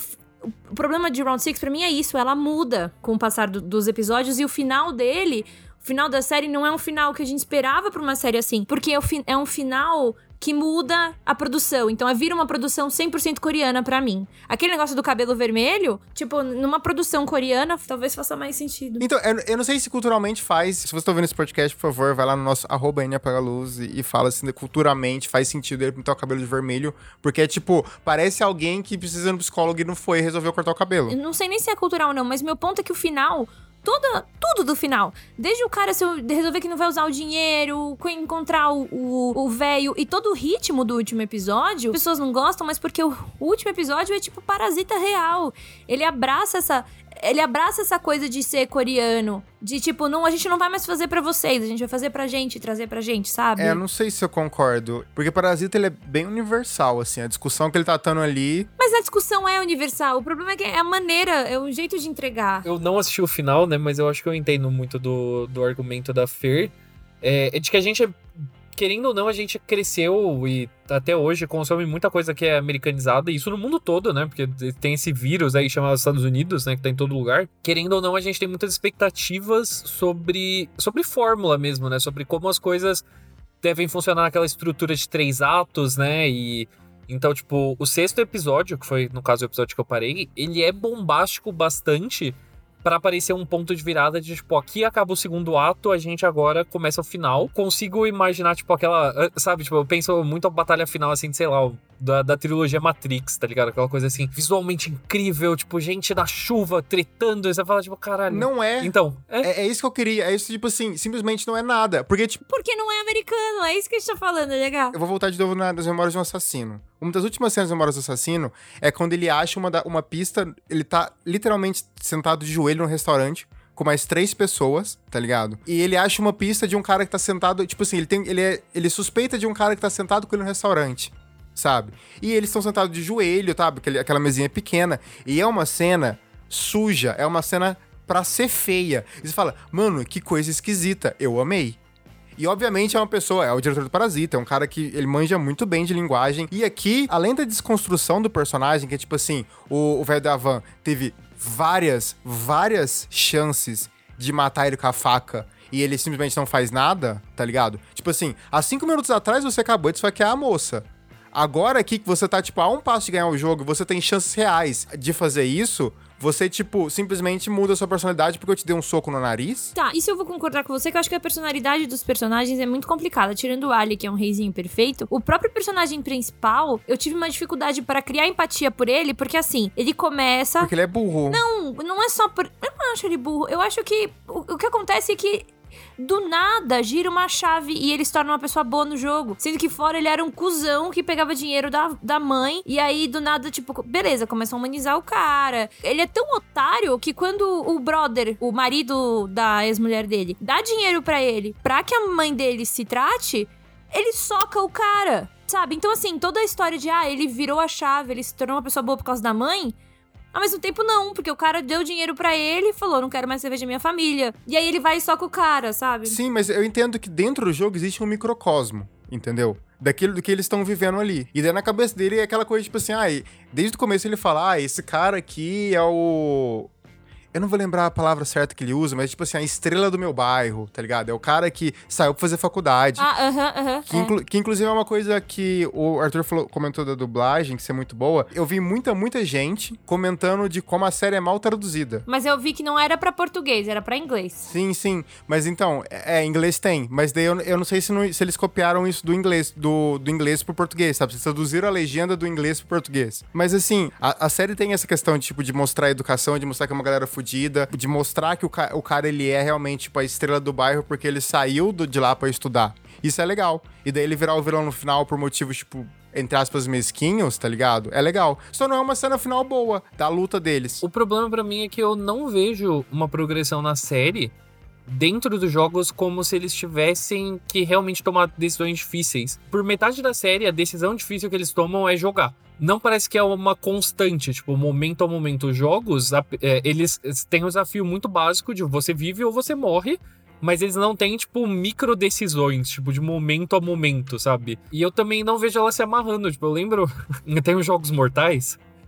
o problema de Round Six pra mim é isso, ela muda com o passar do, dos episódios e o final dele, o final da série não é um final que a gente esperava pra uma série assim, porque é, o fi- é um final que muda a produção, então é vira uma produção cem por cento coreana pra mim. Aquele negócio do cabelo vermelho, tipo, numa produção coreana, talvez faça mais sentido. Então, eu, eu não sei se culturalmente faz, se você tá ouvindo esse podcast, por favor, vai lá no nosso arroba napagaluz e, e fala se culturalmente faz sentido ele pintar o cabelo de vermelho, porque é tipo, parece alguém que precisa ir no psicólogo e não foi e resolveu cortar o cabelo. Eu não sei nem se é cultural ou não, mas meu ponto é que o final... Toda, tudo do final. Desde o cara se resolver que não vai usar o dinheiro, encontrar o velho e todo o ritmo do último episódio, as pessoas não gostam, mas porque o, o último episódio é tipo Parasita real. Ele abraça essa... Ele abraça essa coisa de ser coreano. De tipo, não, a gente não vai mais fazer pra vocês, a gente vai fazer pra gente, trazer pra gente, sabe? É, eu não sei se eu concordo. Porque Parasita, ele é bem universal, assim. A discussão que ele tá tendo ali... Mas a discussão é universal. O problema é que é a maneira, é o jeito de entregar. Eu não assisti o final, né? Mas eu acho que eu entendo muito do, do argumento da Fer. É, é de que a gente... Querendo ou não, a gente cresceu e até hoje consome muita coisa que é americanizada, e isso no mundo todo, né? Porque tem esse vírus aí chamado Estados Unidos, né? Que tá em todo lugar. Querendo ou não, a gente tem muitas expectativas sobre, sobre fórmula mesmo, né? Sobre como as coisas devem funcionar naquela estrutura de três atos, né? E então, tipo, o sexto episódio, que foi, no caso, o episódio que eu parei, ele é bombástico bastante pra aparecer um ponto de virada de, tipo, aqui acaba o segundo ato, a gente agora começa o final. Consigo imaginar, tipo, aquela... Sabe, tipo, eu penso muito a batalha final, assim, de, sei lá, da, da trilogia Matrix, tá ligado? Aquela coisa, assim, visualmente incrível, tipo, gente na chuva, tretando, e você fala, tipo, caralho... Não é. Então, é... É, é isso que eu queria. É isso, tipo assim, simplesmente não é nada. Porque, tipo... Porque não é americano, é isso que a gente tá falando, é legal. Eu vou voltar de novo na, nas Memórias de um Assassino. Uma das últimas cenas das Memórias do Assassino é quando ele acha uma, da, uma pista, ele tá literalmente sentado de joelho num restaurante com mais três pessoas, tá ligado? E ele acha uma pista de um cara que tá sentado, tipo assim, ele, tem, ele, é, ele suspeita de um cara que tá sentado com ele no restaurante, sabe? E eles estão sentados de joelho, sabe? Aquele, aquela mesinha pequena. E é uma cena suja, é uma cena pra ser feia. E você fala, mano, que coisa esquisita. Eu amei. E, obviamente, é uma pessoa, é o diretor do Parasita, é um cara que ele manja muito bem de linguagem. E aqui, além da desconstrução do personagem, que é tipo assim, o velho da van teve várias, várias chances de matar ele com a faca e ele simplesmente não faz nada, tá ligado? Tipo assim, há cinco minutos atrás você acabou de esfaquear a moça. Agora aqui que você tá, tipo, a um passo de ganhar o jogo, você tem chances reais de fazer isso, você, tipo, simplesmente muda a sua personalidade porque eu te dei um soco no nariz? Tá, isso eu vou concordar com você, que eu acho que a personalidade dos personagens é muito complicada. Tirando o Ali, que é um reizinho perfeito, o próprio personagem principal, eu tive uma dificuldade para criar empatia por ele, porque assim, ele começa... Porque ele é burro. Não, não é só por... Eu não acho ele burro, eu acho que o, o que acontece é que do nada gira uma chave e ele se torna uma pessoa boa no jogo. Sendo que fora ele era um cuzão que pegava dinheiro da, da mãe. E aí do nada, tipo, beleza, começa a humanizar o cara. Ele é tão otário que quando o brother, o marido da ex-mulher dele, dá dinheiro pra ele pra que a mãe dele se trate, ele soca o cara, sabe? Então assim, toda a história de, ah, ele virou a chave, ele se tornou uma pessoa boa por causa da mãe... Ao mesmo tempo, não, porque o cara deu dinheiro pra ele e falou, não quero mais cerveja da minha família. E aí ele vai só com o cara, sabe? Sim, mas eu entendo que dentro do jogo existe um microcosmo, entendeu? Daquilo do que eles estão vivendo ali. E daí na cabeça dele é aquela coisa, tipo assim, ah, desde o começo ele fala, ah, esse cara aqui é o... Eu não vou lembrar a palavra certa que ele usa, mas tipo assim, a estrela do meu bairro, tá ligado? É o cara que saiu pra fazer faculdade. Ah, aham, uh aham. -huh, uh -huh, que, inclu é. que inclusive é uma coisa que o Arthur falou, comentou da dublagem, que isso é muito boa. Eu vi muita, muita gente comentando de como a série é mal traduzida. Mas eu vi que não era pra português, era pra inglês. Sim, sim. Mas então, é, inglês tem. Mas daí eu, eu não sei se, não, se eles copiaram isso do inglês, do, do inglês pro português, sabe? Vocês traduziram a legenda do inglês pro português. Mas assim, a, a série tem essa questão de, tipo, de mostrar a educação, de mostrar que é uma galera fodida, de mostrar que o, ca o cara, ele é realmente, tipo, a estrela do bairro porque ele saiu do, de lá pra estudar. Isso é legal. E daí ele virar o vilão no final por motivos, tipo, entre aspas, mesquinhos, tá ligado? É legal. Só não é uma cena final boa da luta deles. O problema pra mim é que eu não vejo uma progressão na série dentro dos jogos como se eles tivessem que realmente tomar decisões difíceis. Por metade da série, a decisão difícil que eles tomam é jogar. Não parece que é uma constante, tipo, momento a momento. Os jogos, eles têm um desafio muito básico de você vive ou você morre, mas eles não têm, tipo, micro decisões, tipo, de momento a momento, sabe? E eu também não vejo ela se amarrando, tipo, eu lembro, tem os Jogos Mortais,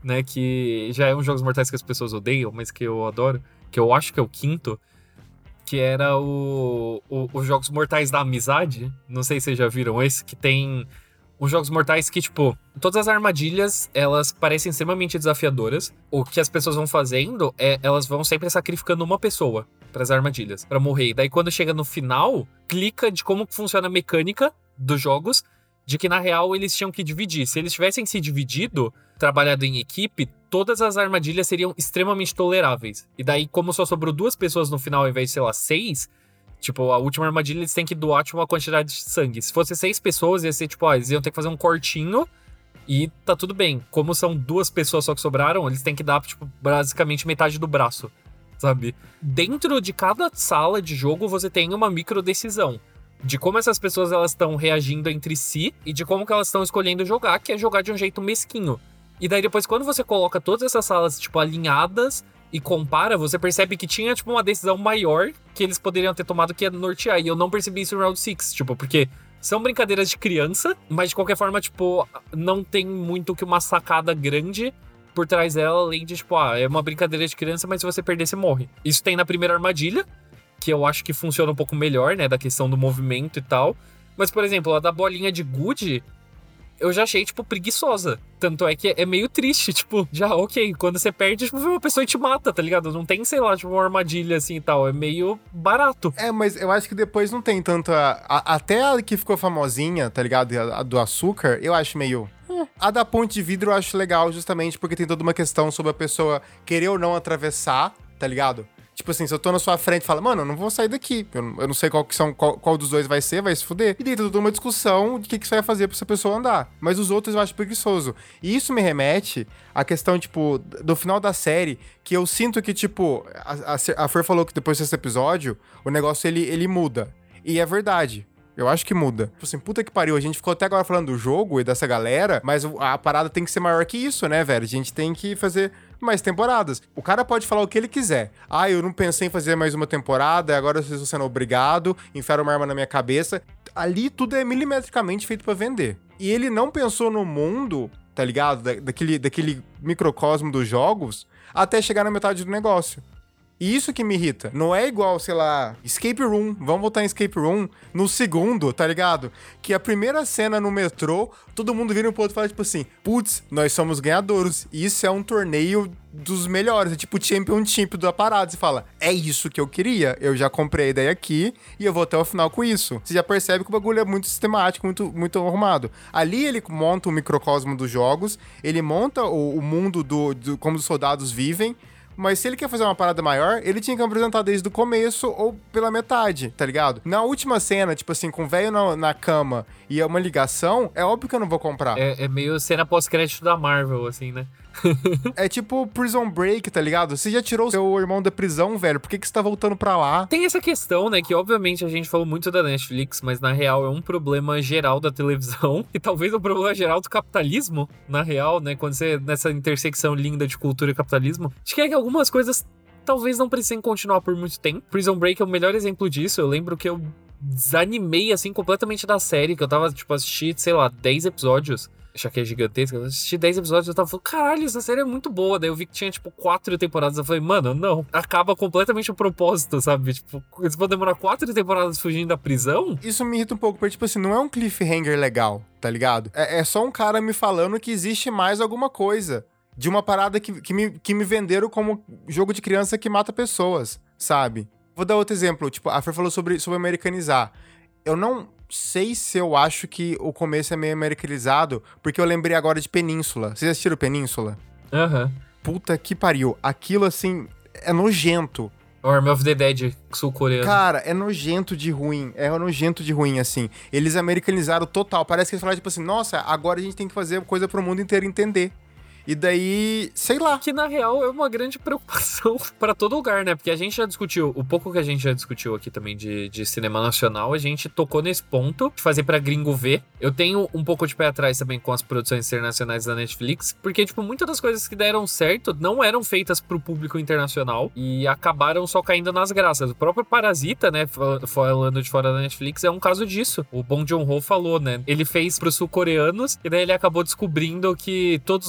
né, que já é um Jogos Mortais que as pessoas odeiam, mas que eu adoro, que eu acho que é o quinto, que era o, o, os Jogos Mortais da Amizade. Não sei se vocês já viram esse, que tem os Jogos Mortais que, tipo, todas as armadilhas, elas parecem extremamente desafiadoras. O que as pessoas vão fazendo é, elas vão sempre sacrificando uma pessoa pras armadilhas, pra morrer. E daí, quando chega no final, clica de como funciona a mecânica dos jogos, de que, na real, eles tinham que dividir. Se eles tivessem se dividido, trabalhado em equipe, todas as armadilhas seriam extremamente toleráveis. E daí, como só sobrou duas pessoas no final, ao invés de, sei lá, seis, tipo, a última armadilha eles têm que doar, tipo, uma quantidade de sangue. Se fosse seis pessoas, ia ser, tipo, ó, eles iam ter que fazer um cortinho e tá tudo bem. Como são duas pessoas só que sobraram, eles têm que dar, tipo, basicamente metade do braço, sabe? Dentro de cada sala de jogo, você tem uma micro decisão de como essas pessoas elas estão reagindo entre si e de como que elas estão escolhendo jogar, que é jogar de um jeito mesquinho. E daí depois, quando você coloca todas essas salas, tipo, alinhadas e compara, você percebe que tinha, tipo, uma decisão maior que eles poderiam ter tomado, que é nortear. E eu não percebi isso no Round six, tipo, porque são brincadeiras de criança, mas de qualquer forma, tipo, não tem muito que uma sacada grande por trás dela, além de, tipo, ah, é uma brincadeira de criança, mas se você perder, você morre. Isso tem na primeira armadilha, que eu acho que funciona um pouco melhor, né, da questão do movimento e tal. Mas, por exemplo, a da bolinha de gude, eu já achei, tipo, preguiçosa. Tanto é que é meio triste, tipo, já, ok, quando você perde, tipo, uma pessoa te mata, tá ligado? Não tem, sei lá, tipo, uma armadilha assim e tal, é meio barato. É, mas eu acho que depois não tem tanto a... a até a que ficou famosinha, tá ligado? A, a do açúcar, eu acho meio... Hum. A da ponte de vidro eu acho legal, justamente porque tem toda uma questão sobre a pessoa querer ou não atravessar, tá ligado? Tipo assim, se eu tô na sua frente e falo, mano, eu não vou sair daqui. Eu não, eu não sei qual, que são, qual, qual dos dois vai ser, vai se fuder. E daí toda uma discussão de o que, que você vai fazer pra essa pessoa andar. Mas os outros eu acho preguiçoso. E isso me remete à questão, tipo, do final da série, que eu sinto que, tipo, a, a, a Fer falou que depois desse episódio, o negócio, ele, ele muda. E é verdade. Eu acho que muda. Tipo assim, puta que pariu, a gente ficou até agora falando do jogo e dessa galera, mas a parada tem que ser maior que isso, né, velho? A gente tem que fazer mais temporadas. O cara pode falar o que ele quiser. Ah, eu não pensei em fazer mais uma temporada, agora eu estou sendo obrigado, enfiaram uma arma na minha cabeça. Ali tudo é milimetricamente feito pra vender. E ele não pensou no mundo, tá ligado? Da, daquele, daquele microcosmo dos jogos, até chegar na metade do negócio. E isso que me irrita. Não é igual, sei lá, Escape Room. Vamos voltar em Escape Room no segundo, tá ligado? Que a primeira cena no metrô, todo mundo vira um pro outro e fala, tipo assim, putz, nós somos ganhadores. Isso é um torneio dos melhores. É tipo o Championship da parada. Você fala, é isso que eu queria. Eu já comprei a ideia aqui e eu vou até o final com isso. Você já percebe que o bagulho é muito sistemático, muito, muito arrumado. Ali ele monta o microcosmo dos jogos, ele monta o, o mundo do, do como os soldados vivem. Mas se ele quer fazer uma parada maior, ele tinha que apresentar desde o começo ou pela metade, tá ligado? Na última cena, tipo assim, com o velho na, na cama e uma ligação, é óbvio que eu não vou comprar. É, é meio cena pós-crédito da Marvel, assim, né? É tipo Prison Break, tá ligado? Você já tirou o seu irmão da prisão, velho, por que que você tá voltando pra lá? Tem essa questão, né, que obviamente a gente falou muito da Netflix, mas na real é um problema geral da televisão e talvez um problema geral do capitalismo, na real, né, quando você, nessa intersecção linda de cultura e capitalismo, acho que é que algumas coisas talvez não precisem continuar por muito tempo. Prison Break é o melhor exemplo disso. Eu lembro que eu desanimei, assim, completamente da série, que eu tava, tipo, assistindo, sei lá, dez episódios. Já que é gigantesca, eu assisti dez episódios e eu tava falando, caralho, essa série é muito boa. Daí eu vi que tinha, tipo, quatro temporadas. Eu falei, mano, não. Acaba completamente o propósito, sabe? Tipo, eles vão demorar quatro temporadas fugindo da prisão. Isso me irrita um pouco, porque, tipo assim, não é um cliffhanger legal, tá ligado? É, é só um cara me falando que existe mais alguma coisa. De uma parada que, que, me, que me venderam como jogo de criança que mata pessoas, sabe? Vou dar outro exemplo. Tipo, a Fer falou sobre, sobre americanizar. Eu não sei se eu acho que o começo é meio americanizado, porque eu lembrei agora de Península. Vocês assistiram Península? Aham. Uhum. Puta que pariu. Aquilo, assim, é nojento. Army of the Dead, sul-coreano. Cara, é nojento de ruim. É nojento de ruim, assim. Eles americanizaram total. Parece que eles falaram, tipo assim, nossa, agora a gente tem que fazer coisa pro mundo inteiro entender. E daí, sei lá. Que na real é uma grande preocupação pra todo lugar, né? Porque a gente já discutiu, o pouco que a gente já discutiu aqui também de, de cinema nacional, a gente tocou nesse ponto de fazer pra gringo ver. Eu tenho um pouco de pé atrás também com as produções internacionais da Netflix, porque, tipo, muitas das coisas que deram certo não eram feitas pro público internacional e acabaram só caindo nas graças. O próprio Parasita, né, falando de fora da Netflix, é um caso disso. O Bong Joon-ho falou, né? Ele fez pros sul-coreanos e daí ele acabou descobrindo que todos nós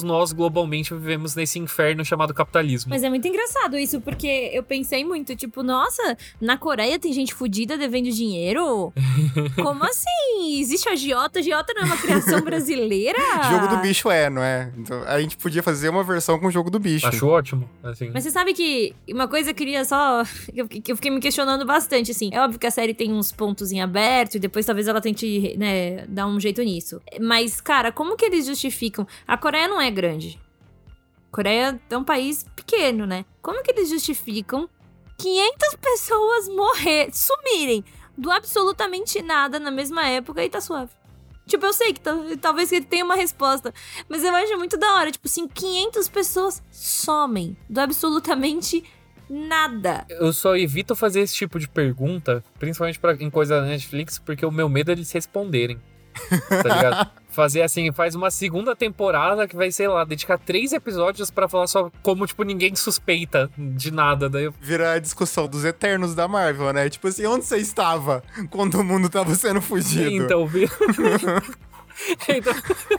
globalmente vivemos nesse inferno chamado capitalismo. Mas é muito engraçado isso, porque eu pensei muito, tipo, nossa, na Coreia tem gente fudida devendo dinheiro? Como assim? Existe agiota? Agiota não é uma criação brasileira? Jogo do bicho é, não é? Então, a gente podia fazer uma versão com o jogo do bicho. Acho ótimo, assim. Mas você sabe que uma coisa eu queria só... que eu fiquei me questionando bastante, assim. É óbvio que a série tem uns pontos em aberto e depois talvez ela tente, né, dar um jeito nisso. Mas, cara, como que eles justificam? A Coreia não é grande. A Coreia é um país pequeno, né? Como que eles justificam quinhentas pessoas morrer, sumirem do absolutamente nada na mesma época e tá suave? Tipo, eu sei que talvez ele tenha uma resposta, mas eu acho muito da hora. Tipo assim, quinhentas pessoas somem do absolutamente nada. Eu só evito fazer esse tipo de pergunta, principalmente pra, em coisa da Netflix, porque o meu medo é eles responderem. Tá ligado? Fazer assim, faz uma segunda temporada que vai, sei lá, dedicar três episódios pra falar só como, tipo, ninguém suspeita de nada. Daí eu... Vira a discussão dos Eternos da Marvel, né? Tipo assim, onde você estava quando o mundo tava sendo fugido? Então, vira... então...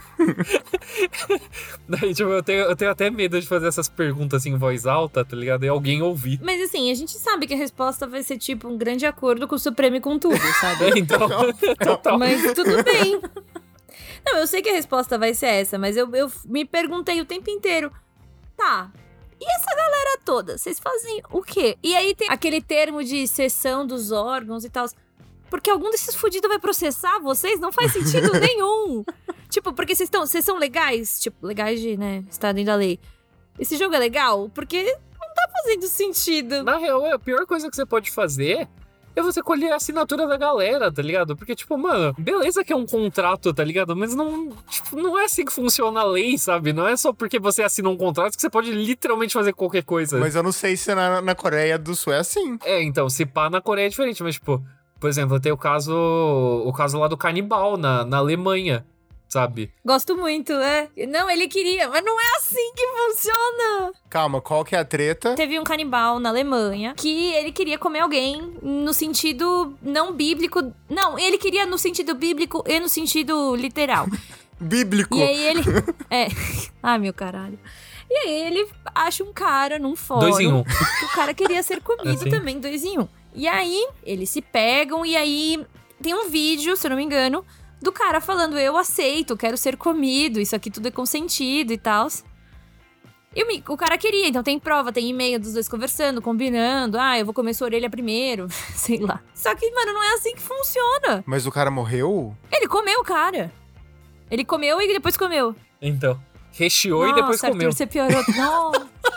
Daí, tipo, eu tenho, eu tenho até medo de fazer essas perguntas assim, em voz alta, tá ligado? E alguém ouvir. Mas assim, a gente sabe que a resposta vai ser tipo um grande acordo com o Supremo e com tudo, sabe? É, então, total. Mas tudo bem. Não, eu sei que a resposta vai ser essa, mas eu, eu me perguntei o tempo inteiro. Tá, e essa galera toda, vocês fazem o quê? E aí tem aquele termo de cessão dos órgãos e tal. Porque algum desses fudidos vai processar vocês? Não faz sentido nenhum. Tipo, porque vocês estão, vocês são legais? Tipo, legais de, né, estar dentro da lei. Esse jogo é legal? Porque não tá fazendo sentido. Na real, a pior coisa que você pode fazer é você colher a assinatura da galera, tá ligado? Porque, tipo, mano, beleza que é um contrato, tá ligado? Mas não, tipo, não é assim que funciona a lei, sabe? Não é só porque você assina um contrato que você pode literalmente fazer qualquer coisa. Mas eu não sei se na, na Coreia do Sul é assim. É, então, se pá, na Coreia é diferente, mas, tipo... Por exemplo, tem o caso o caso lá do canibal na, na Alemanha, sabe? Gosto muito, é. Não, ele queria, mas não é assim que funciona. Calma, qual que é a treta? Teve um canibal na Alemanha que ele queria comer alguém no sentido não bíblico. Não, ele queria no sentido bíblico e no sentido literal. Bíblico. E aí ele... É. Ai, meu caralho. E aí ele acha um cara num fórum. Dois em um. Que o cara queria ser comido assim? também, dois em um. E aí, eles se pegam e aí tem um vídeo, se eu não me engano, do cara falando, eu aceito, quero ser comido, isso aqui tudo é consentido e tal. E o, o cara queria, então tem prova, tem e-mail dos dois conversando, combinando, ah, eu vou comer sua orelha primeiro, sei lá. Só que, mano, não é assim que funciona. Mas o cara morreu? Ele comeu o cara. Ele comeu e depois comeu. Então, recheou Nossa, e depois Arthur, comeu. Você piorou. Não.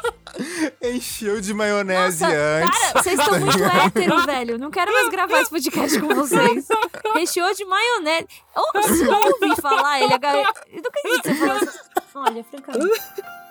Encheu de maionese Nossa, antes. cara, vocês estão muito hétero, velho. Não quero mais gravar esse podcast com vocês. Recheou de maionese. Ou se eu ouvi falar, ele... Aga... Eu não acredito que você falou isso. Olha, francamente.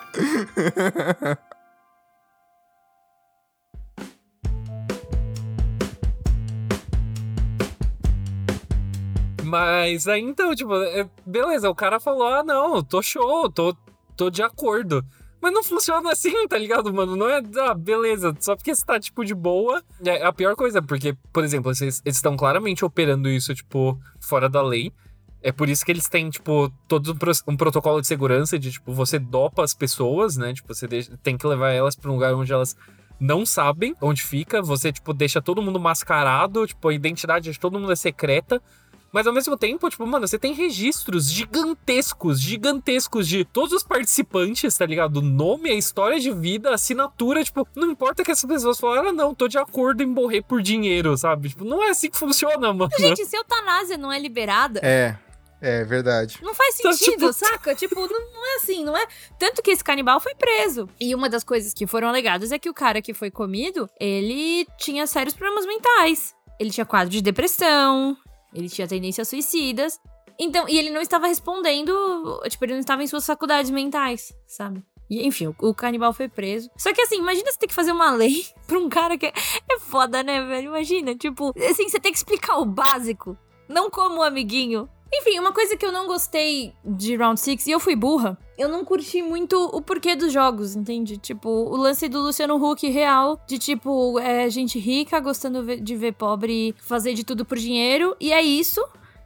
Mas aí então, tipo, é, beleza, o cara falou, ah, não, tô show, tô, tô de acordo. Mas não funciona assim, tá ligado, mano? Não é, ah, beleza, só porque você tá, tipo, de boa. É a pior coisa, porque, por exemplo, eles estão claramente operando isso, tipo, fora da lei. É por isso que eles têm, tipo, todo um, pro, um protocolo de segurança de, tipo, você dopa as pessoas, né? Tipo, você deixa, tem que levar elas pra um lugar onde elas não sabem onde fica. Você, tipo, deixa todo mundo mascarado, tipo, a identidade de todo mundo é secreta. Mas ao mesmo tempo, tipo, mano, você tem registros gigantescos, gigantescos de todos os participantes, tá ligado? O nome, a história de vida, a assinatura, tipo, não importa que essas pessoas falaram, ah, não, tô de acordo em morrer por dinheiro, sabe? Tipo, não é assim que funciona, mano. Gente, se a eutanásia não é liberada... É, é verdade. Não faz Então, sentido, tipo, saca? Tipo, não, não é assim, não é... Tanto que esse canibal foi preso. E uma das coisas que foram alegadas é que o cara que foi comido, ele tinha sérios problemas mentais. Ele tinha quadro de depressão... Ele tinha tendências suicidas. Então, e ele não estava respondendo... Tipo, ele não estava em suas faculdades mentais, sabe? E, enfim, o, o canibal foi preso. Só que assim, imagina você ter que fazer uma lei pra um cara que é, é foda, né, velho? Imagina, tipo... Assim, você tem que explicar o básico. Não como o amiguinho. Enfim, uma coisa que eu não gostei de Round six, e eu fui burra, eu não curti muito o porquê dos jogos, entende? Tipo, o lance do Luciano Huck real, de tipo, é gente rica gostando de ver pobre fazer de tudo por dinheiro, e é isso.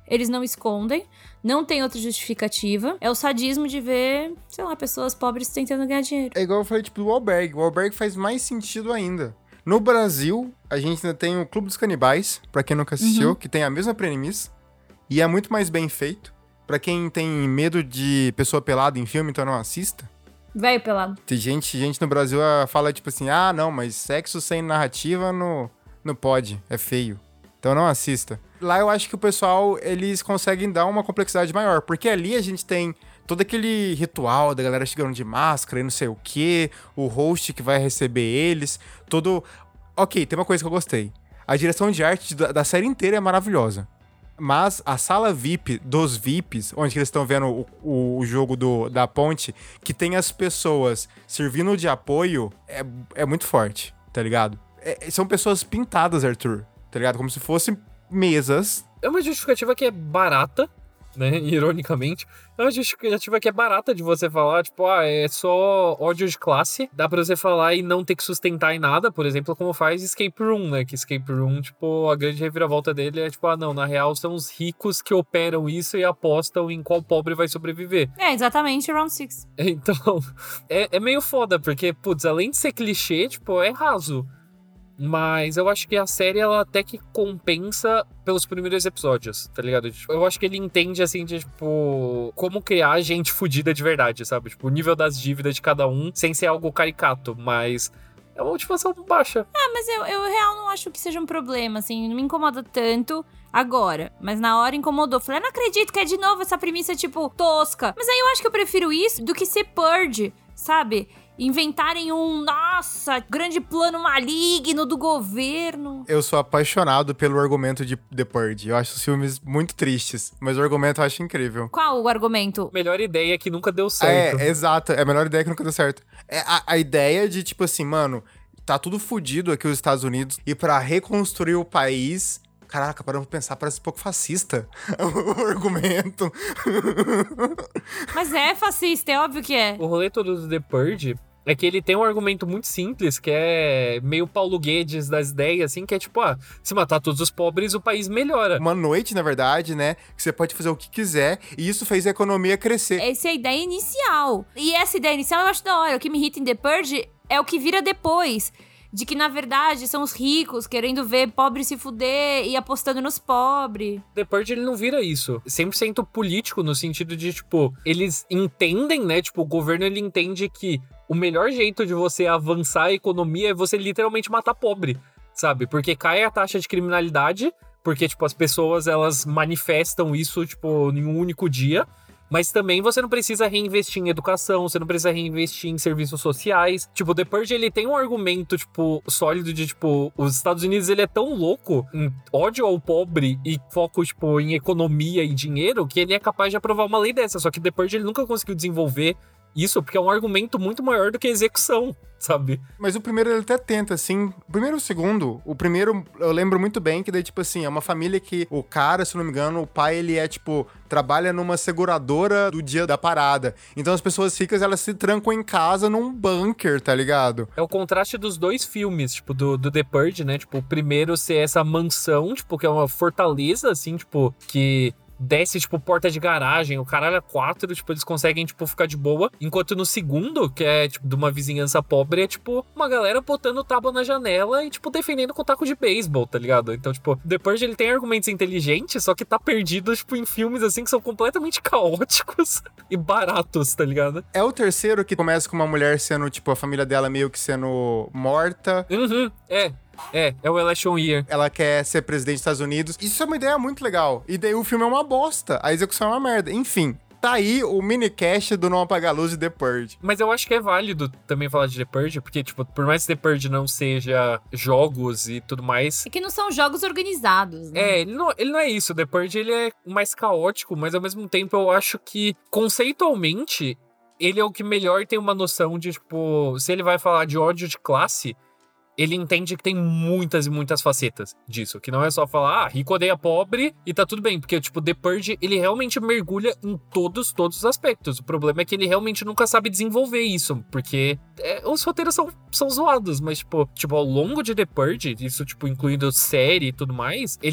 eles não escondem, não tem outra justificativa. É o sadismo de ver, sei lá, pessoas pobres tentando ganhar dinheiro. É igual eu falei, tipo, do Wahlberg. O Wahlberg faz mais sentido ainda. No Brasil, a gente ainda tem o Clube dos Canibais, pra quem nunca assistiu, uhum. que tem a mesma premissa, e é muito mais bem feito. Pra quem tem medo de pessoa pelada em filme, então não assista. Velho pelado. Tem gente, gente no Brasil fala, tipo assim, ah, não, mas sexo sem narrativa não, não pode, é feio. Então não assista. Lá eu acho que o pessoal, eles conseguem dar uma complexidade maior, porque ali a gente tem todo aquele ritual da galera chegando de máscara e não sei o quê, o host que vai receber eles, todo... Ok, tem uma coisa que eu gostei. A direção de arte da, da série inteira é maravilhosa. Mas a sala V I P dos V I Ps, onde eles estão vendo o, o, o jogo do, da ponte, que tem as pessoas servindo de apoio, é, é muito forte, tá ligado? É, são pessoas pintadas, Arthur, tá ligado? Como se fossem mesas. É uma justificativa que é barata, né, ironicamente, é uma justificativa que é barata de você falar, tipo, ah, é só ódio de classe, dá pra você falar e não ter que sustentar em nada, por exemplo, como faz Escape Room, né, que Escape Room, tipo, a grande reviravolta dele é, tipo, ah, não, na real são os ricos que operam isso e apostam em qual pobre vai sobreviver. É, exatamente, Round Six. Então, é, é meio foda, porque, putz, além de ser clichê, tipo, é raso. Mas eu acho que a série, ela até que compensa pelos primeiros episódios, tá ligado? Eu acho que ele entende, assim, de, tipo, como criar gente fodida de verdade, sabe? Tipo, o nível das dívidas de cada um, sem ser algo caricato, mas é uma motivação baixa. Ah, mas eu, eu real não acho que seja um problema, assim, não me incomoda tanto agora. Mas na hora incomodou. Falei, eu não acredito que é de novo essa premissa, tipo, tosca. Mas aí eu acho que eu prefiro isso do que ser Purge, sabe? Inventarem um, nossa, grande plano maligno do governo. Eu sou apaixonado pelo argumento de The Purge. Eu acho os filmes muito tristes, mas o argumento eu acho incrível. Qual o argumento? Melhor ideia que nunca deu certo. É, exato. É a melhor ideia que nunca deu certo. É a, a ideia de, tipo assim, mano, tá tudo fodido aqui os Estados Unidos e pra reconstruir o país... Caraca, paramos pra pensar, parece um pouco fascista o argumento. Mas é fascista, é óbvio que é. O rolê todo do The Purge é que ele tem um argumento muito simples, que é meio Paulo Guedes das ideias, assim, que é tipo, ah, se matar todos os pobres, o país melhora. Uma noite, na verdade, né, que você pode fazer o que quiser, e isso fez a economia crescer. Essa é a ideia inicial. E essa ideia inicial eu acho da hora. O que me irrita em The Purge é o que vira depois. De que, na verdade, são os ricos querendo ver pobre se fuder e apostando nos pobres. The Purge, ele não vira isso. cem por cento político, no sentido de, tipo, eles entendem, né? Tipo, o governo, ele entende que o melhor jeito de você avançar a economia é você literalmente matar pobre, sabe? Porque cai a taxa de criminalidade, porque, tipo, as pessoas, elas manifestam isso, tipo, em um único dia. Mas também você não precisa reinvestir em educação, você não precisa reinvestir em serviços sociais. Tipo, The Purge, ele tem um argumento, tipo, sólido de, tipo, os Estados Unidos, ele é tão louco em ódio ao pobre e foco, tipo, em economia e dinheiro, que ele é capaz de aprovar uma lei dessa. Só que The Purge, ele nunca conseguiu desenvolver isso, porque é um argumento muito maior do que a execução, sabe? Mas o primeiro ele até tenta, assim. O primeiro e o segundo, o primeiro eu lembro muito bem que daí, tipo assim, é uma família que o cara, se não me engano, o pai, ele é, tipo, trabalha numa seguradora do dia da parada. Então as pessoas ricas, elas se trancam em casa num bunker, tá ligado? É o contraste dos dois filmes, tipo, do, do The Purge, né? Tipo, o primeiro ser essa mansão, tipo, que é uma fortaleza, assim, tipo, que... desce, tipo, porta de garagem, o caralho é quatro, tipo, eles conseguem, tipo, ficar de boa. Enquanto no segundo, que é, tipo, de uma vizinhança pobre, é, tipo, uma galera botando tábua na janela e, tipo, defendendo com taco de beisebol, tá ligado? Então, tipo, The Purge, ele tem argumentos inteligentes, só que tá perdido, tipo, em filmes, assim, que são completamente caóticos e baratos, tá ligado? É o terceiro que começa com uma mulher sendo, tipo, a família dela meio que sendo morta. Uhum, é. É, é o Election Year. Ela quer ser presidente dos Estados Unidos. Isso é uma ideia muito legal. E daí o filme é uma bosta. A execução é uma merda. Enfim, tá aí o minicast do Não Apagar a Luz de The Purge. Mas eu acho que é válido também falar de The Purge, porque, tipo, por mais que The Purge não seja jogos e tudo mais... É que não são jogos organizados, né? É, ele não, ele não é isso. The Purge, ele é mais caótico, mas ao mesmo tempo eu acho que, conceitualmente, ele é o que melhor tem uma noção de, tipo, se ele vai falar de ódio de classe... ele entende que tem muitas e muitas facetas disso. Que não é só falar, ah, rico odeia pobre e tá tudo bem. Porque, tipo, The Purge, ele realmente mergulha em todos, todos os aspectos. O problema é que ele realmente nunca sabe desenvolver isso. Porque é, os roteiros são, são zoados. Mas, tipo, tipo, ao longo de The Purge, isso, tipo, incluindo série e tudo mais, ele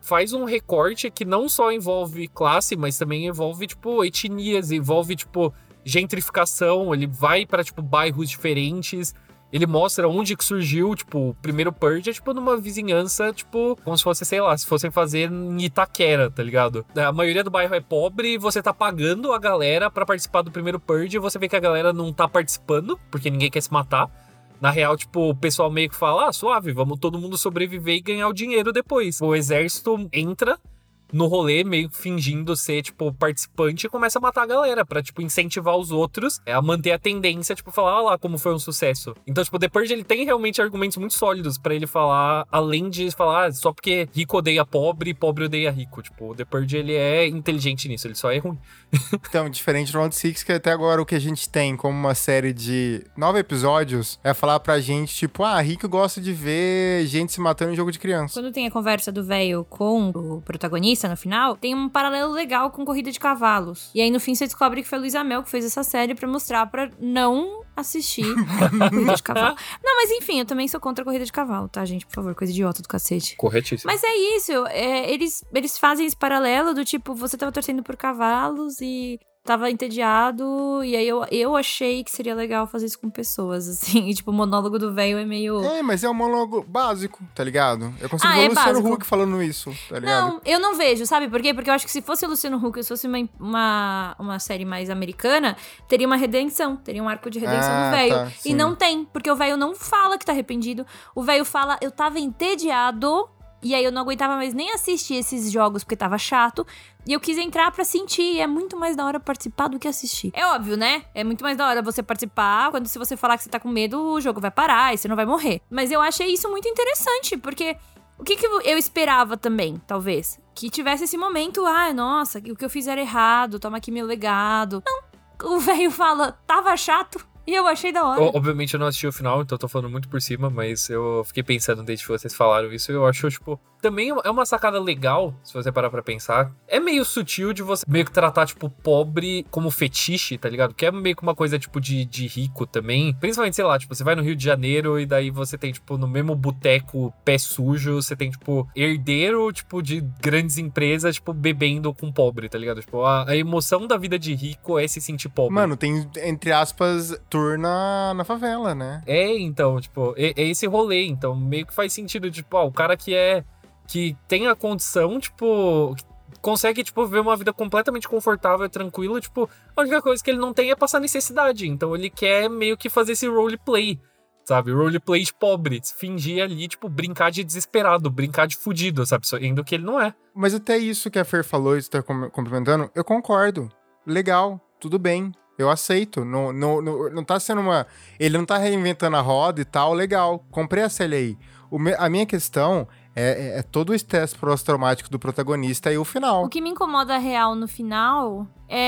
faz um recorte que não só envolve classe, mas também envolve, tipo, etnias, envolve, tipo, gentrificação. Ele vai pra, tipo, bairros diferentes. Ele mostra onde que surgiu, tipo, o primeiro Purge é, tipo, numa vizinhança, tipo, como se fosse, sei lá, se fossem fazer em Itaquera, tá ligado? A maioria do bairro é pobre e você tá pagando a galera pra participar do primeiro Purge e você vê que a galera não tá participando, porque ninguém quer se matar. Na real, tipo, o pessoal meio que fala, ah, suave, vamos todo mundo sobreviver e ganhar o dinheiro depois. O exército entra no rolê, meio fingindo ser, tipo, participante e começa a matar a galera pra, tipo, incentivar os outros a manter a tendência, tipo, falar, ah lá, como foi um sucesso. Então, tipo, o The Purge, ele tem realmente argumentos muito sólidos pra ele falar, além de falar, ah, só porque rico odeia pobre, pobre odeia rico. Tipo, o The Purge, ele é inteligente nisso, ele só é ruim. Então, diferente do Round Six, que até agora o que a gente tem como uma série de nove episódios é falar pra gente, tipo, ah, rico gosta de ver gente se matando em jogo de criança. Quando tem a conversa do velho com o protagonista, no final, tem um paralelo legal com corrida de cavalos. E aí, no fim, você descobre que foi a Luísa Mel que fez essa série pra mostrar pra não assistir corrida de cavalo. Não, mas enfim, eu também sou contra a corrida de cavalo, tá, gente? Por favor, coisa idiota do cacete. Corretíssimo. Mas é isso, é, eles, eles fazem esse paralelo do tipo, você tava torcendo por cavalos e tava entediado, e aí eu, eu achei que seria legal fazer isso com pessoas, assim, e tipo, o monólogo do velho é meio... É, mas é um monólogo básico, tá ligado? Eu consigo Ah, ver é o Luciano básico. Huck falando isso, tá ligado? Não, eu não vejo, sabe por quê? Porque eu acho que se fosse o Luciano Huck, se fosse uma, uma, uma série mais americana, teria uma redenção, teria um arco de redenção Ah, do velho. tá, E sim. não tem, porque o velho não fala que tá arrependido, o velho fala, eu tava entediado, e aí eu não aguentava mais nem assistir esses jogos porque tava chato, e eu quis entrar pra sentir, e é muito mais da hora participar do que assistir. É óbvio, né? É muito mais da hora você participar, quando se você falar que você tá com medo, o jogo vai parar e você não vai morrer. Mas eu achei isso muito interessante, porque o que, que eu esperava também, talvez? Que tivesse esse momento, ah, nossa, o que eu fiz era errado, toma aqui meu legado. Não, o velho fala, tava chato. E eu achei da hora. O- Obviamente eu não assisti o final, então eu tô falando muito por cima, mas eu fiquei pensando desde que vocês falaram isso, e eu acho, tipo, também é uma sacada legal, se você parar pra pensar. É meio sutil de você meio que tratar, tipo, pobre como fetiche, tá ligado? Que é meio que uma coisa, tipo, de, de rico também. Principalmente, sei lá, tipo, você vai no Rio de Janeiro e daí você tem, tipo, no mesmo boteco, pé sujo, você tem, tipo, herdeiro, tipo, de grandes empresas, tipo, bebendo com pobre, tá ligado? Tipo, a, a emoção da vida de rico é se sentir pobre. Mano, tem, entre aspas, tour na, na favela, né? É, então, tipo, é, é esse rolê, então meio que faz sentido, tipo, ó, o cara que é, que tem a condição, tipo, consegue, tipo, ver uma vida completamente confortável e tranquila, tipo, a única coisa que ele não tem é passar necessidade, então ele quer meio que fazer esse roleplay, sabe, roleplay de pobre, fingir ali, tipo, brincar de desesperado, brincar de fudido, sabe, sendo que ele não é. Mas até isso que a Fer falou e você tá com- complementando, eu concordo. Legal, tudo bem. Eu aceito. Não, não, não, não tá sendo uma... Ele não tá reinventando a roda e tal. Legal. Comprei a série aí. O me- a minha questão é, é, é todo o estresse pós-traumático do protagonista e o final. O que me incomoda real no final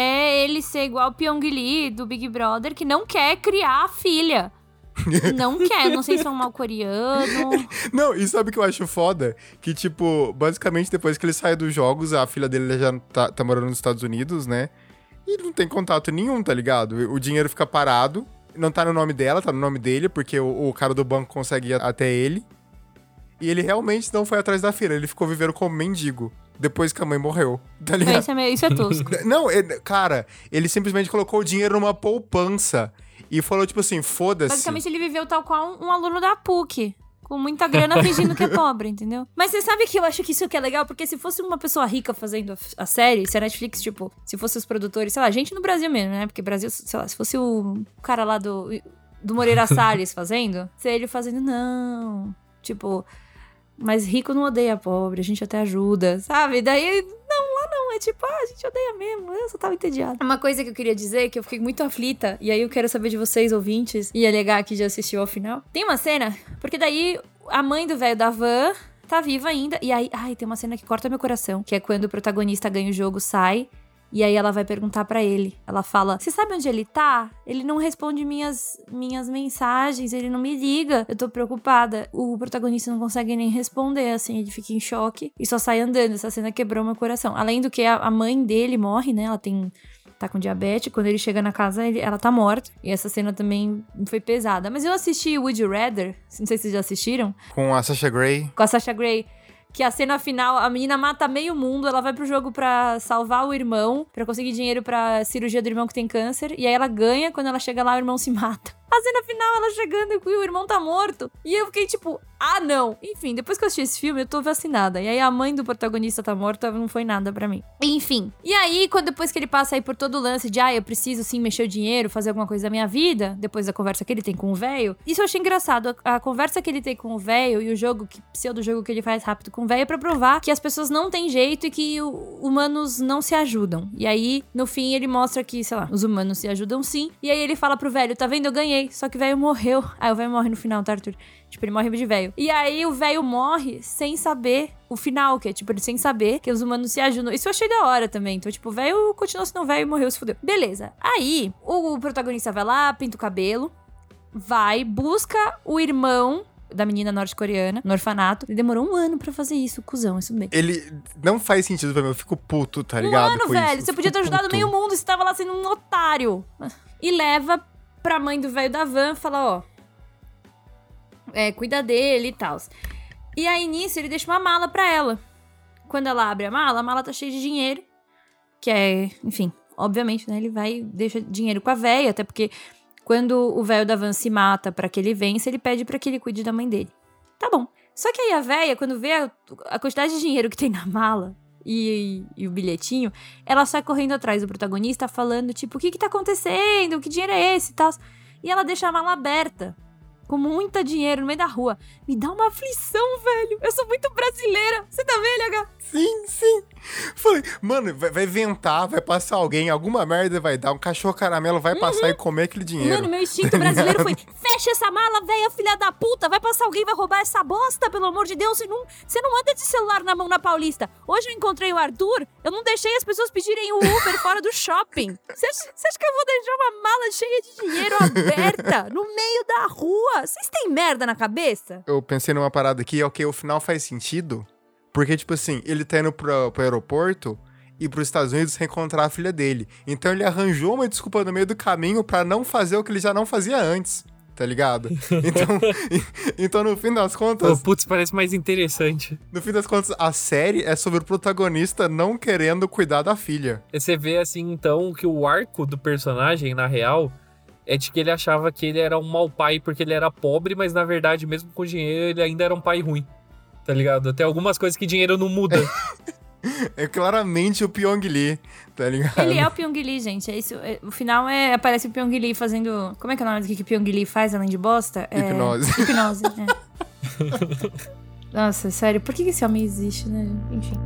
é ele ser igual o Pyong Lee do Big Brother, que não quer criar a filha. Não quer, não sei se é um mal coreano. Não, e sabe o que eu acho foda? Que, tipo, basicamente depois que ele sai dos jogos, a filha dele já tá, tá morando nos Estados Unidos, né? E não tem contato nenhum, tá ligado? O dinheiro fica parado. Não tá no nome dela, tá no nome dele, porque o, o cara do banco consegue ir até ele. E ele realmente não foi atrás da filha, ele ficou vivendo como mendigo. Depois que a mãe morreu, tá ligado? Isso é, meio- isso é tosco. Não, ele- cara, ele simplesmente colocou o dinheiro numa poupança. E falou, tipo assim, foda-se. Basicamente, ele viveu tal qual um, um aluno da P U C. Com muita grana fingindo que é pobre, entendeu? Mas você sabe que eu acho que isso que é legal? Porque se fosse uma pessoa rica fazendo a, a série, se a Netflix, tipo, se fosse os produtores, sei lá, gente no Brasil mesmo, né? Porque Brasil, sei lá, se fosse o cara lá do, do Moreira Salles fazendo, seria ele fazendo, não. Tipo, mas rico não odeia pobre, a gente até ajuda, sabe? Daí, não, lá não, é tipo, ah, a gente odeia mesmo, eu só tava entediada. Uma coisa que eu queria dizer, que eu fiquei muito aflita, e aí eu quero saber de vocês, ouvintes, e alegar que já assistiu ao final. Tem uma cena, porque daí a mãe do velho da van tá viva ainda, e aí, ai, tem uma cena que corta meu coração, que é quando o protagonista ganha o jogo, sai, e aí ela vai perguntar pra ele. Ela fala, você sabe onde ele tá? Ele não responde minhas, minhas mensagens, ele não me liga. Eu tô preocupada. O protagonista não consegue nem responder, assim, ele fica em choque e só sai andando. Essa cena quebrou meu coração. Além do que a, a mãe dele morre, né? Ela tem... tá com diabetes, quando ele chega na casa, ele, ela tá morta. E essa cena também foi pesada. Mas eu assisti Would You Rather, não sei se vocês já assistiram, Com a Sasha Grey. com a Sasha Grey. que a cena final, a menina mata meio mundo, ela vai pro jogo pra salvar o irmão, pra conseguir dinheiro pra cirurgia do irmão que tem câncer, e aí ela ganha, quando ela chega lá, o irmão se mata. A cena final, ela chegando e o irmão tá morto. E eu fiquei tipo, ah, não. Enfim, depois que eu assisti esse filme, eu tô vacinada. E aí a mãe do protagonista tá morta, não foi nada pra mim. Enfim. E aí, quando depois que ele passa aí por todo o lance de, ah, eu preciso sim mexer o dinheiro, fazer alguma coisa da minha vida, depois da conversa que ele tem com o velho, isso eu achei engraçado. A, a conversa que ele tem com o velho e o jogo, que, pseudo-jogo que ele faz rápido com o velho é pra provar que as pessoas não têm jeito e que o, humanos não se ajudam. E aí, no fim, ele mostra que, sei lá, os humanos se ajudam sim. E aí ele fala pro velho, tá vendo? Eu ganhei. Só que o velho morreu. Aí o velho morre no final, tá, Arthur? Tipo, ele morre de velho. E aí o velho morre sem saber o final, que é tipo, ele sem saber que os humanos se ajudam. Isso eu achei da hora também. Então, tipo, o velho continuou sendo velho e morreu, se fudeu. Beleza. Aí, o protagonista vai lá, pinta o cabelo, vai, busca o irmão da menina norte-coreana no orfanato. Ele demorou um ano pra fazer isso, cuzão, isso bem. Ele não faz sentido pra mim, eu fico puto, tá ligado? Um ano, com velho. Isso. Você podia ter ajudado puto. meio mundo, você tava lá sendo um otário. E leva pra mãe do velho da van, fala, ó, é, cuida dele e tal. E aí, nisso, ele deixa uma mala pra ela. Quando ela abre a mala, a mala tá cheia de dinheiro, que é, enfim, obviamente, né, ele vai e deixa dinheiro com a véia, até porque quando o velho da van se mata pra que ele vença, ele pede pra que ele cuide da mãe dele. Tá bom. Só que aí a véia, quando vê a, a quantidade de dinheiro que tem na mala e, e, e o bilhetinho, ela sai correndo atrás do protagonista falando, tipo, o que que tá acontecendo? Que dinheiro é esse e tal? E ela deixa a mala aberta, com muito dinheiro no meio da rua. Me dá uma aflição, velho. Eu sou muito brasileira. Você tá vendo, H? Sim, sim. Falei, mano, vai, vai ventar, vai passar alguém, alguma merda vai dar, um cachorro caramelo vai uhum. passar e comer aquele dinheiro. Mano, meu instinto brasileiro foi, fecha essa mala, velha filha da puta, vai passar alguém, vai roubar essa bosta, pelo amor de Deus, você não, você não anda de celular na mão na Paulista. Hoje eu encontrei o Arthur, eu não deixei as pessoas pedirem o Uber fora do shopping. Você acha, acha que eu vou deixar uma mala cheia de dinheiro aberta no meio da rua? Vocês têm merda na cabeça? Eu pensei numa parada aqui, ok, o final faz sentido, porque, tipo assim, ele tá indo pro, pro aeroporto e pros Estados Unidos reencontrar a filha dele. Então ele arranjou uma desculpa no meio do caminho pra não fazer o que ele já não fazia antes, tá ligado? Então, então no fim das contas... Oh, putz, parece mais interessante. No fim das contas, a série é sobre o protagonista não querendo cuidar da filha. Você vê, assim, então, que o arco do personagem, na real, é de que ele achava que ele era um mau pai porque ele era pobre, mas na verdade, mesmo com dinheiro, ele ainda era um pai ruim. Tá ligado? Tem algumas coisas que dinheiro não muda. É claramente o Pyong Lee, tá ligado? Ele é o Pyong Lee, gente. É isso. É, o final é... Aparece o Pyong Lee fazendo... Como é que é o nome do que o Pyong Lee faz, além de bosta? É... Hipnose. Hipnose, é. Nossa, sério. Por que esse homem existe, né? Enfim.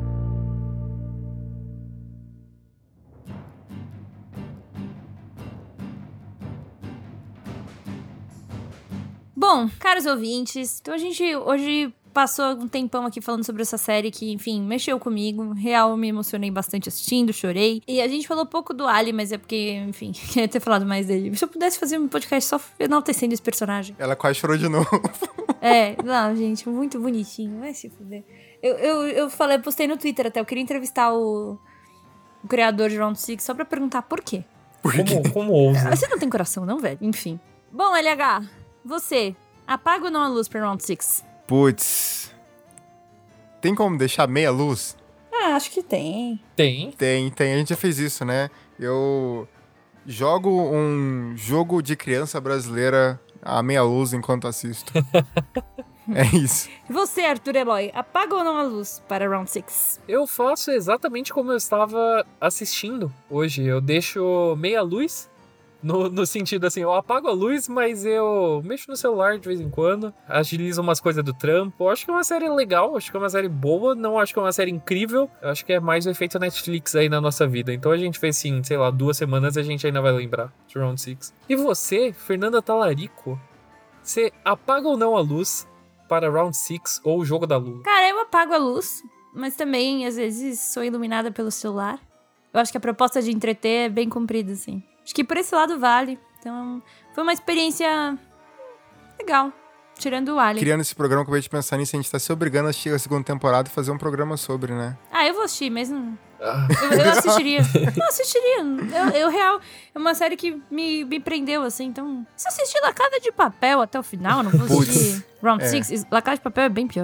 Bom, caros ouvintes, então a gente hoje passou um tempão aqui falando sobre essa série que, enfim, mexeu comigo. Real, eu me emocionei bastante assistindo, chorei. E a gente falou pouco do Ali, mas é porque, enfim, queria ter falado mais dele. Se eu pudesse fazer um podcast só enaltecendo esse personagem. Ela quase chorou de novo. É, não, gente, muito bonitinho. Vai se fuder. Eu, eu, eu falei, postei no Twitter até, eu queria entrevistar o, o criador de Round Six só pra perguntar por quê. Por quê? Como, como ousa? Você não tem coração, não, velho? Enfim. Bom, L H, você, apaga ou não a luz pra Round Six? Putz. Tem como deixar meia luz? Ah, acho que tem. Tem. Tem, tem. A gente já fez isso, né? Eu jogo um jogo de criança brasileira a meia luz enquanto assisto. É isso. E você, Arthur Eloy, apaga ou não a luz para Round Six? Eu faço exatamente como eu estava assistindo hoje. Eu deixo meia luz. No, no sentido assim, eu apago a luz, mas eu mexo no celular de vez em quando, agilizo umas coisas do trampo. Eu acho que é uma série legal, acho que é uma série boa, não acho que é uma série incrível. Eu acho que é mais o efeito Netflix aí na nossa vida. Então a gente fez assim, sei lá, duas semanas e a gente ainda vai lembrar de Round Six. E você, Fernanda Talarico, você apaga ou não a luz para Round Six ou o Jogo da Lua? Cara, eu apago a luz, mas também às vezes sou iluminada pelo celular. Eu acho que a proposta de entreter é bem cumprida, assim. Acho que por esse lado vale. Então, foi uma experiência legal. Tirando o Alien. Criando esse programa, acabei de pensar nisso, a gente tá se obrigando a assistir a segunda temporada e fazer um programa sobre, né? Ah, eu vou assistir, mas não... Eu, eu assistiria. Eu assistiria. Eu, eu, real, é uma série que me, me prendeu, assim, então... Se eu assistir La Casa de Papel até o final, eu não vou assistir Round é. Six. La Casa de Papel é bem pior.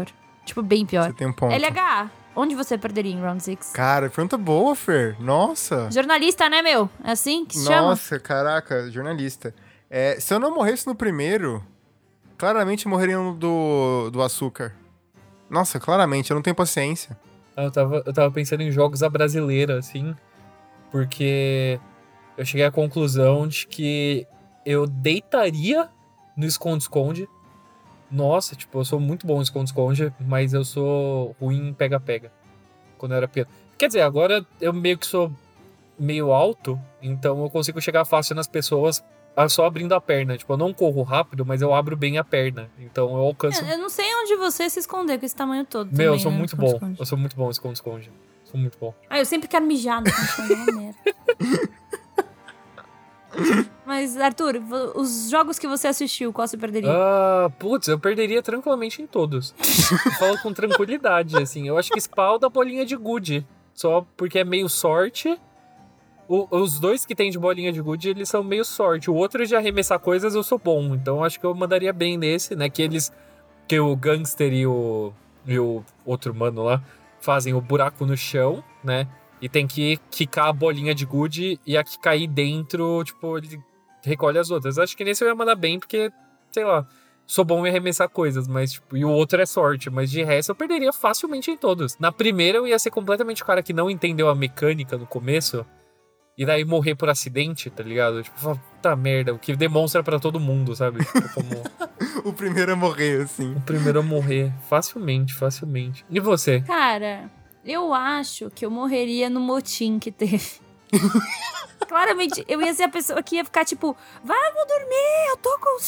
Tipo, bem pior. Você tem um ponto. L H, onde você perderia em Round six? Cara, pergunta boa, Fer. Nossa. Jornalista, né, meu? É assim que se chama? Nossa, caraca, jornalista. É, se eu não morresse no primeiro, claramente eu morreria no do, do açúcar. Nossa, claramente, eu não tenho paciência. Eu tava, eu tava pensando em jogos à brasileira, assim, porque eu cheguei à conclusão de que eu deitaria no esconde-esconde. Nossa, tipo, eu sou muito bom em esconde-esconde, mas eu sou ruim em pega-pega. Quando eu era pequeno. Quer dizer, agora eu meio que sou meio alto, então eu consigo chegar fácil nas pessoas só abrindo a perna. Tipo, eu não corro rápido, mas eu abro bem a perna. Então eu alcanço... Eu não sei onde você se esconder com esse tamanho todo. Meu, também, eu sou né, muito bom. Eu sou muito bom em esconde-esconde. Sou muito bom. Ah, eu sempre quero mijar no esconde-esconde, é uma merda. Mas, Arthur, os jogos que você assistiu, qual você perderia? Ah, putz, eu perderia tranquilamente em todos. Eu falo com tranquilidade, assim. Eu acho que Spawn da bolinha de gude. Só porque é meio sorte. O, os dois que tem de bolinha de gude, eles são meio sorte. O outro de arremessar coisas, eu sou bom. Então eu acho que eu mandaria bem nesse, né? Que eles... Que o gangster e o... E o outro mano lá fazem o buraco no chão, né? E tem que quicar a bolinha de gude e a que cair dentro, tipo, ele recolhe as outras. Acho que nesse eu ia mandar bem, porque, sei lá, sou bom em arremessar coisas, mas, tipo, e o outro é sorte. Mas de resto eu perderia facilmente em todos. Na primeira eu ia ser completamente o cara que não entendeu a mecânica no começo. E daí morrer por acidente, tá ligado? Tipo, puta merda, o que demonstra pra todo mundo, sabe? Tipo, como... O primeiro a morrer, assim. O primeiro a morrer. Facilmente, facilmente. E você? Cara, eu acho que eu morreria no motim que teve. Claramente, eu ia ser a pessoa que ia ficar tipo, vamos dormir, eu tô com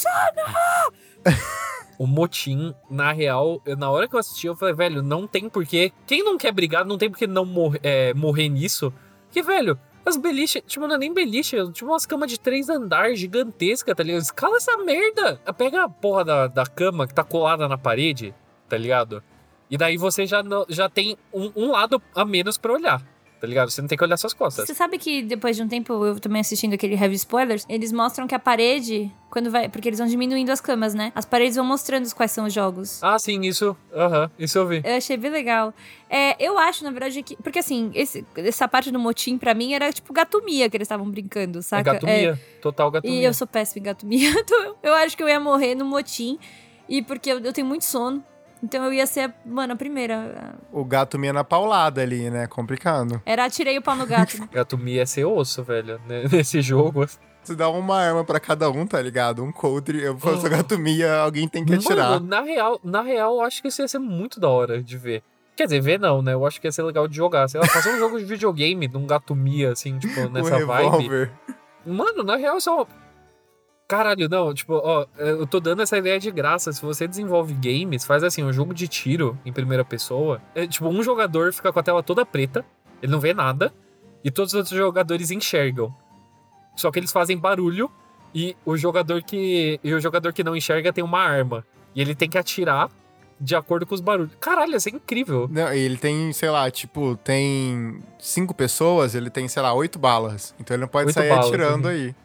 sono. O motim, na real, eu, na hora que eu assisti, eu falei, velho, não tem porquê. Quem não quer brigar, não tem porquê não mor é, morrer nisso. Porque, velho, as beliches, tipo, não é nem beliche, tipo umas camas de três andares gigantescas, tá ligado? Escala essa merda. Pega a porra da, da cama que tá colada na parede, tá ligado? E daí você já, não, já tem um, um lado a menos pra olhar, tá ligado? Você não tem que olhar suas costas. Você sabe que depois de um tempo, eu também assistindo aquele Heavy Spoilers, eles mostram que a parede, quando vai... Porque eles vão diminuindo as camas, né? As paredes vão mostrando quais são os jogos. Ah, sim, isso. Aham, uh-huh, isso eu vi. Eu achei bem legal. É, eu acho, na verdade, que... Porque, assim, esse, essa parte do motim, pra mim, era tipo gatomia que eles estavam brincando, saca? É gatomia. É, total gatomia. E eu sou péssima em gatomia. Então eu acho que eu ia morrer no motim. E porque eu, eu tenho muito sono. Então eu ia ser, mano, a primeira. O gato minha na paulada ali, né? Complicado. Era atirei o pau no gato. Né? Gato Mia é ser osso, velho, né? Nesse jogo. Você dá uma arma pra cada um, tá ligado? Um coldre, eu faço oh. Gato Mia, alguém tem que atirar. Mano, na real, na real, eu acho que isso ia ser muito da hora de ver. Quer dizer, ver não, né? Eu acho que ia ser legal de jogar. Sei lá, fazer um jogo de videogame num Gato Mia, assim, tipo, nessa um vibe. Mano, na real, isso é uma... Caralho, não, tipo, ó, eu tô dando essa ideia de graça. Se você desenvolve games, faz assim, um jogo de tiro em primeira pessoa. É, tipo, um jogador fica com a tela toda preta, ele não vê nada, e todos os outros jogadores enxergam. Só que eles fazem barulho, e o jogador que, e o jogador que não enxerga tem uma arma. E ele tem que atirar de acordo com os barulhos. Caralho, isso é incrível. Não, ele tem, sei lá, tipo, tem cinco pessoas, ele tem, sei lá, oito balas. Então ele não pode sair balas, atirando uhum. aí.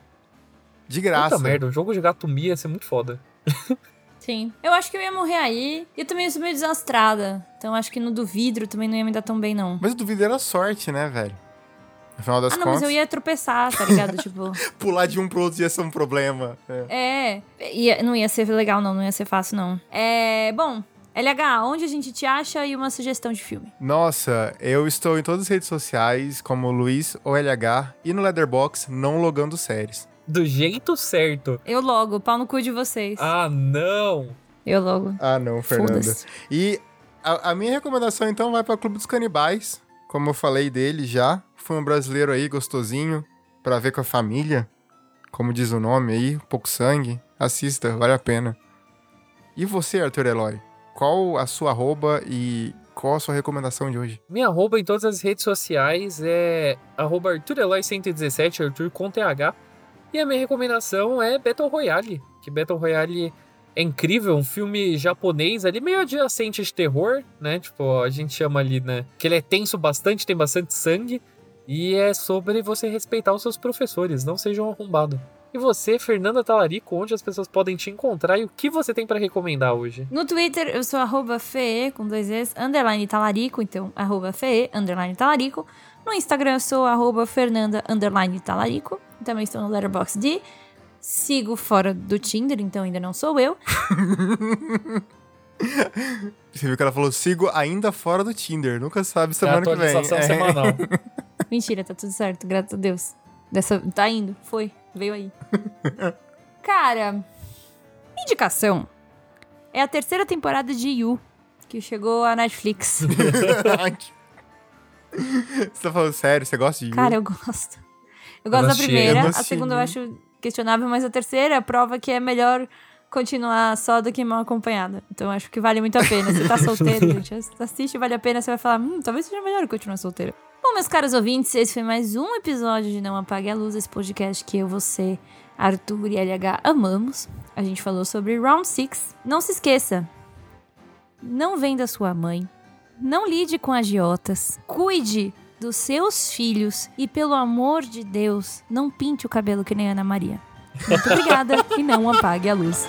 De graça. Puta merda, um jogo de gato Mia ia ser muito foda. Sim. Eu acho que eu ia morrer aí. E eu também sou meio desastrada. Então acho que no do vidro também não ia me dar tão bem, não. Mas o do vidro era sorte, né, velho? No final das ah, não, contas... mas eu ia tropeçar, tá ligado? Tipo... Pular de um pro outro ia ser um problema. É. é ia, não ia ser legal, não. Não ia ser fácil, não. É... Bom... L H, onde a gente te acha e uma sugestão de filme? Nossa, eu estou em todas as redes sociais, como Luiz ou L H, e no Letterboxd, não logando séries. Do jeito certo. Eu logo, pau no cu de vocês. Ah, não! Eu logo. Ah, não, Fernanda. E a, a minha recomendação, então, vai para Clube dos Canibais. Como eu falei dele já. Foi um brasileiro aí, gostosinho, pra ver com a família. Como diz o nome aí, pouco sangue. Assista, vale a pena. E você, Arthur Eloy? Qual a sua arroba e qual a sua recomendação de hoje? Minha arroba em todas as redes sociais é arroba Arthur Eloy cento e dezessete, Arthur com T H. E a minha recomendação é Battle Royale, que Battle Royale é incrível, um filme japonês ali, meio adjacente de terror, né? Tipo, a gente chama ali, né? Que ele é tenso bastante, tem bastante sangue, e é sobre você respeitar os seus professores, não sejam arrombados. E você, Fernanda Talarico, onde as pessoas podem te encontrar e o que você tem pra recomendar hoje? No Twitter, eu sou arroba fee, com dois es, underline talarico, então arroba fee, underline talarico. No Instagram, eu sou arroba fernanda, underline talarico. Também estou no Letterboxd. Sigo fora do Tinder, então ainda não sou eu. Você viu que ela falou, sigo ainda fora do Tinder. Nunca sabe semana que vem. Atualização semanal. Mentira, tá tudo certo, graças a Deus. Dessa, tá indo, foi, veio aí. Cara, indicação é a terceira temporada de You, que chegou à Netflix. Você tá falando sério? Você gosta de You? Cara, eu gosto. Eu gosto Eu da assisti, primeira, eu a assisti, segunda eu né? acho questionável, mas a terceira prova que é melhor continuar só do que mal acompanhada. Então eu acho que vale muito a pena. Você tá solteiro, gente, assiste, vale a pena, você vai falar, hum, talvez seja melhor continuar solteira. Bom, meus caros ouvintes, esse foi mais um episódio de Não Apague a Luz, esse podcast que eu, você, Arthur e L H amamos. A gente falou sobre Round six. Não se esqueça, não venda sua mãe, não lide com agiotas, cuide dos seus filhos e, pelo amor de Deus, não pinte o cabelo que nem Ana Maria. Muito obrigada e não apague a luz.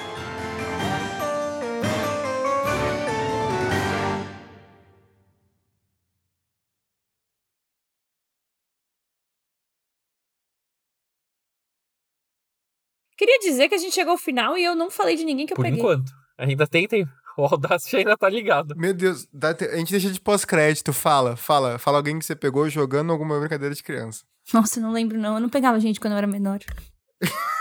Queria dizer que a gente chegou ao final e eu não falei de ninguém que eu Por peguei. enquanto. Ainda tem tempo. O Audacity ainda tá ligado. Meu Deus, dá te- a gente deixa de pós-crédito. Fala, fala. Fala alguém que você pegou jogando alguma brincadeira de criança. Nossa, eu não lembro não. Eu não pegava gente quando eu era menor.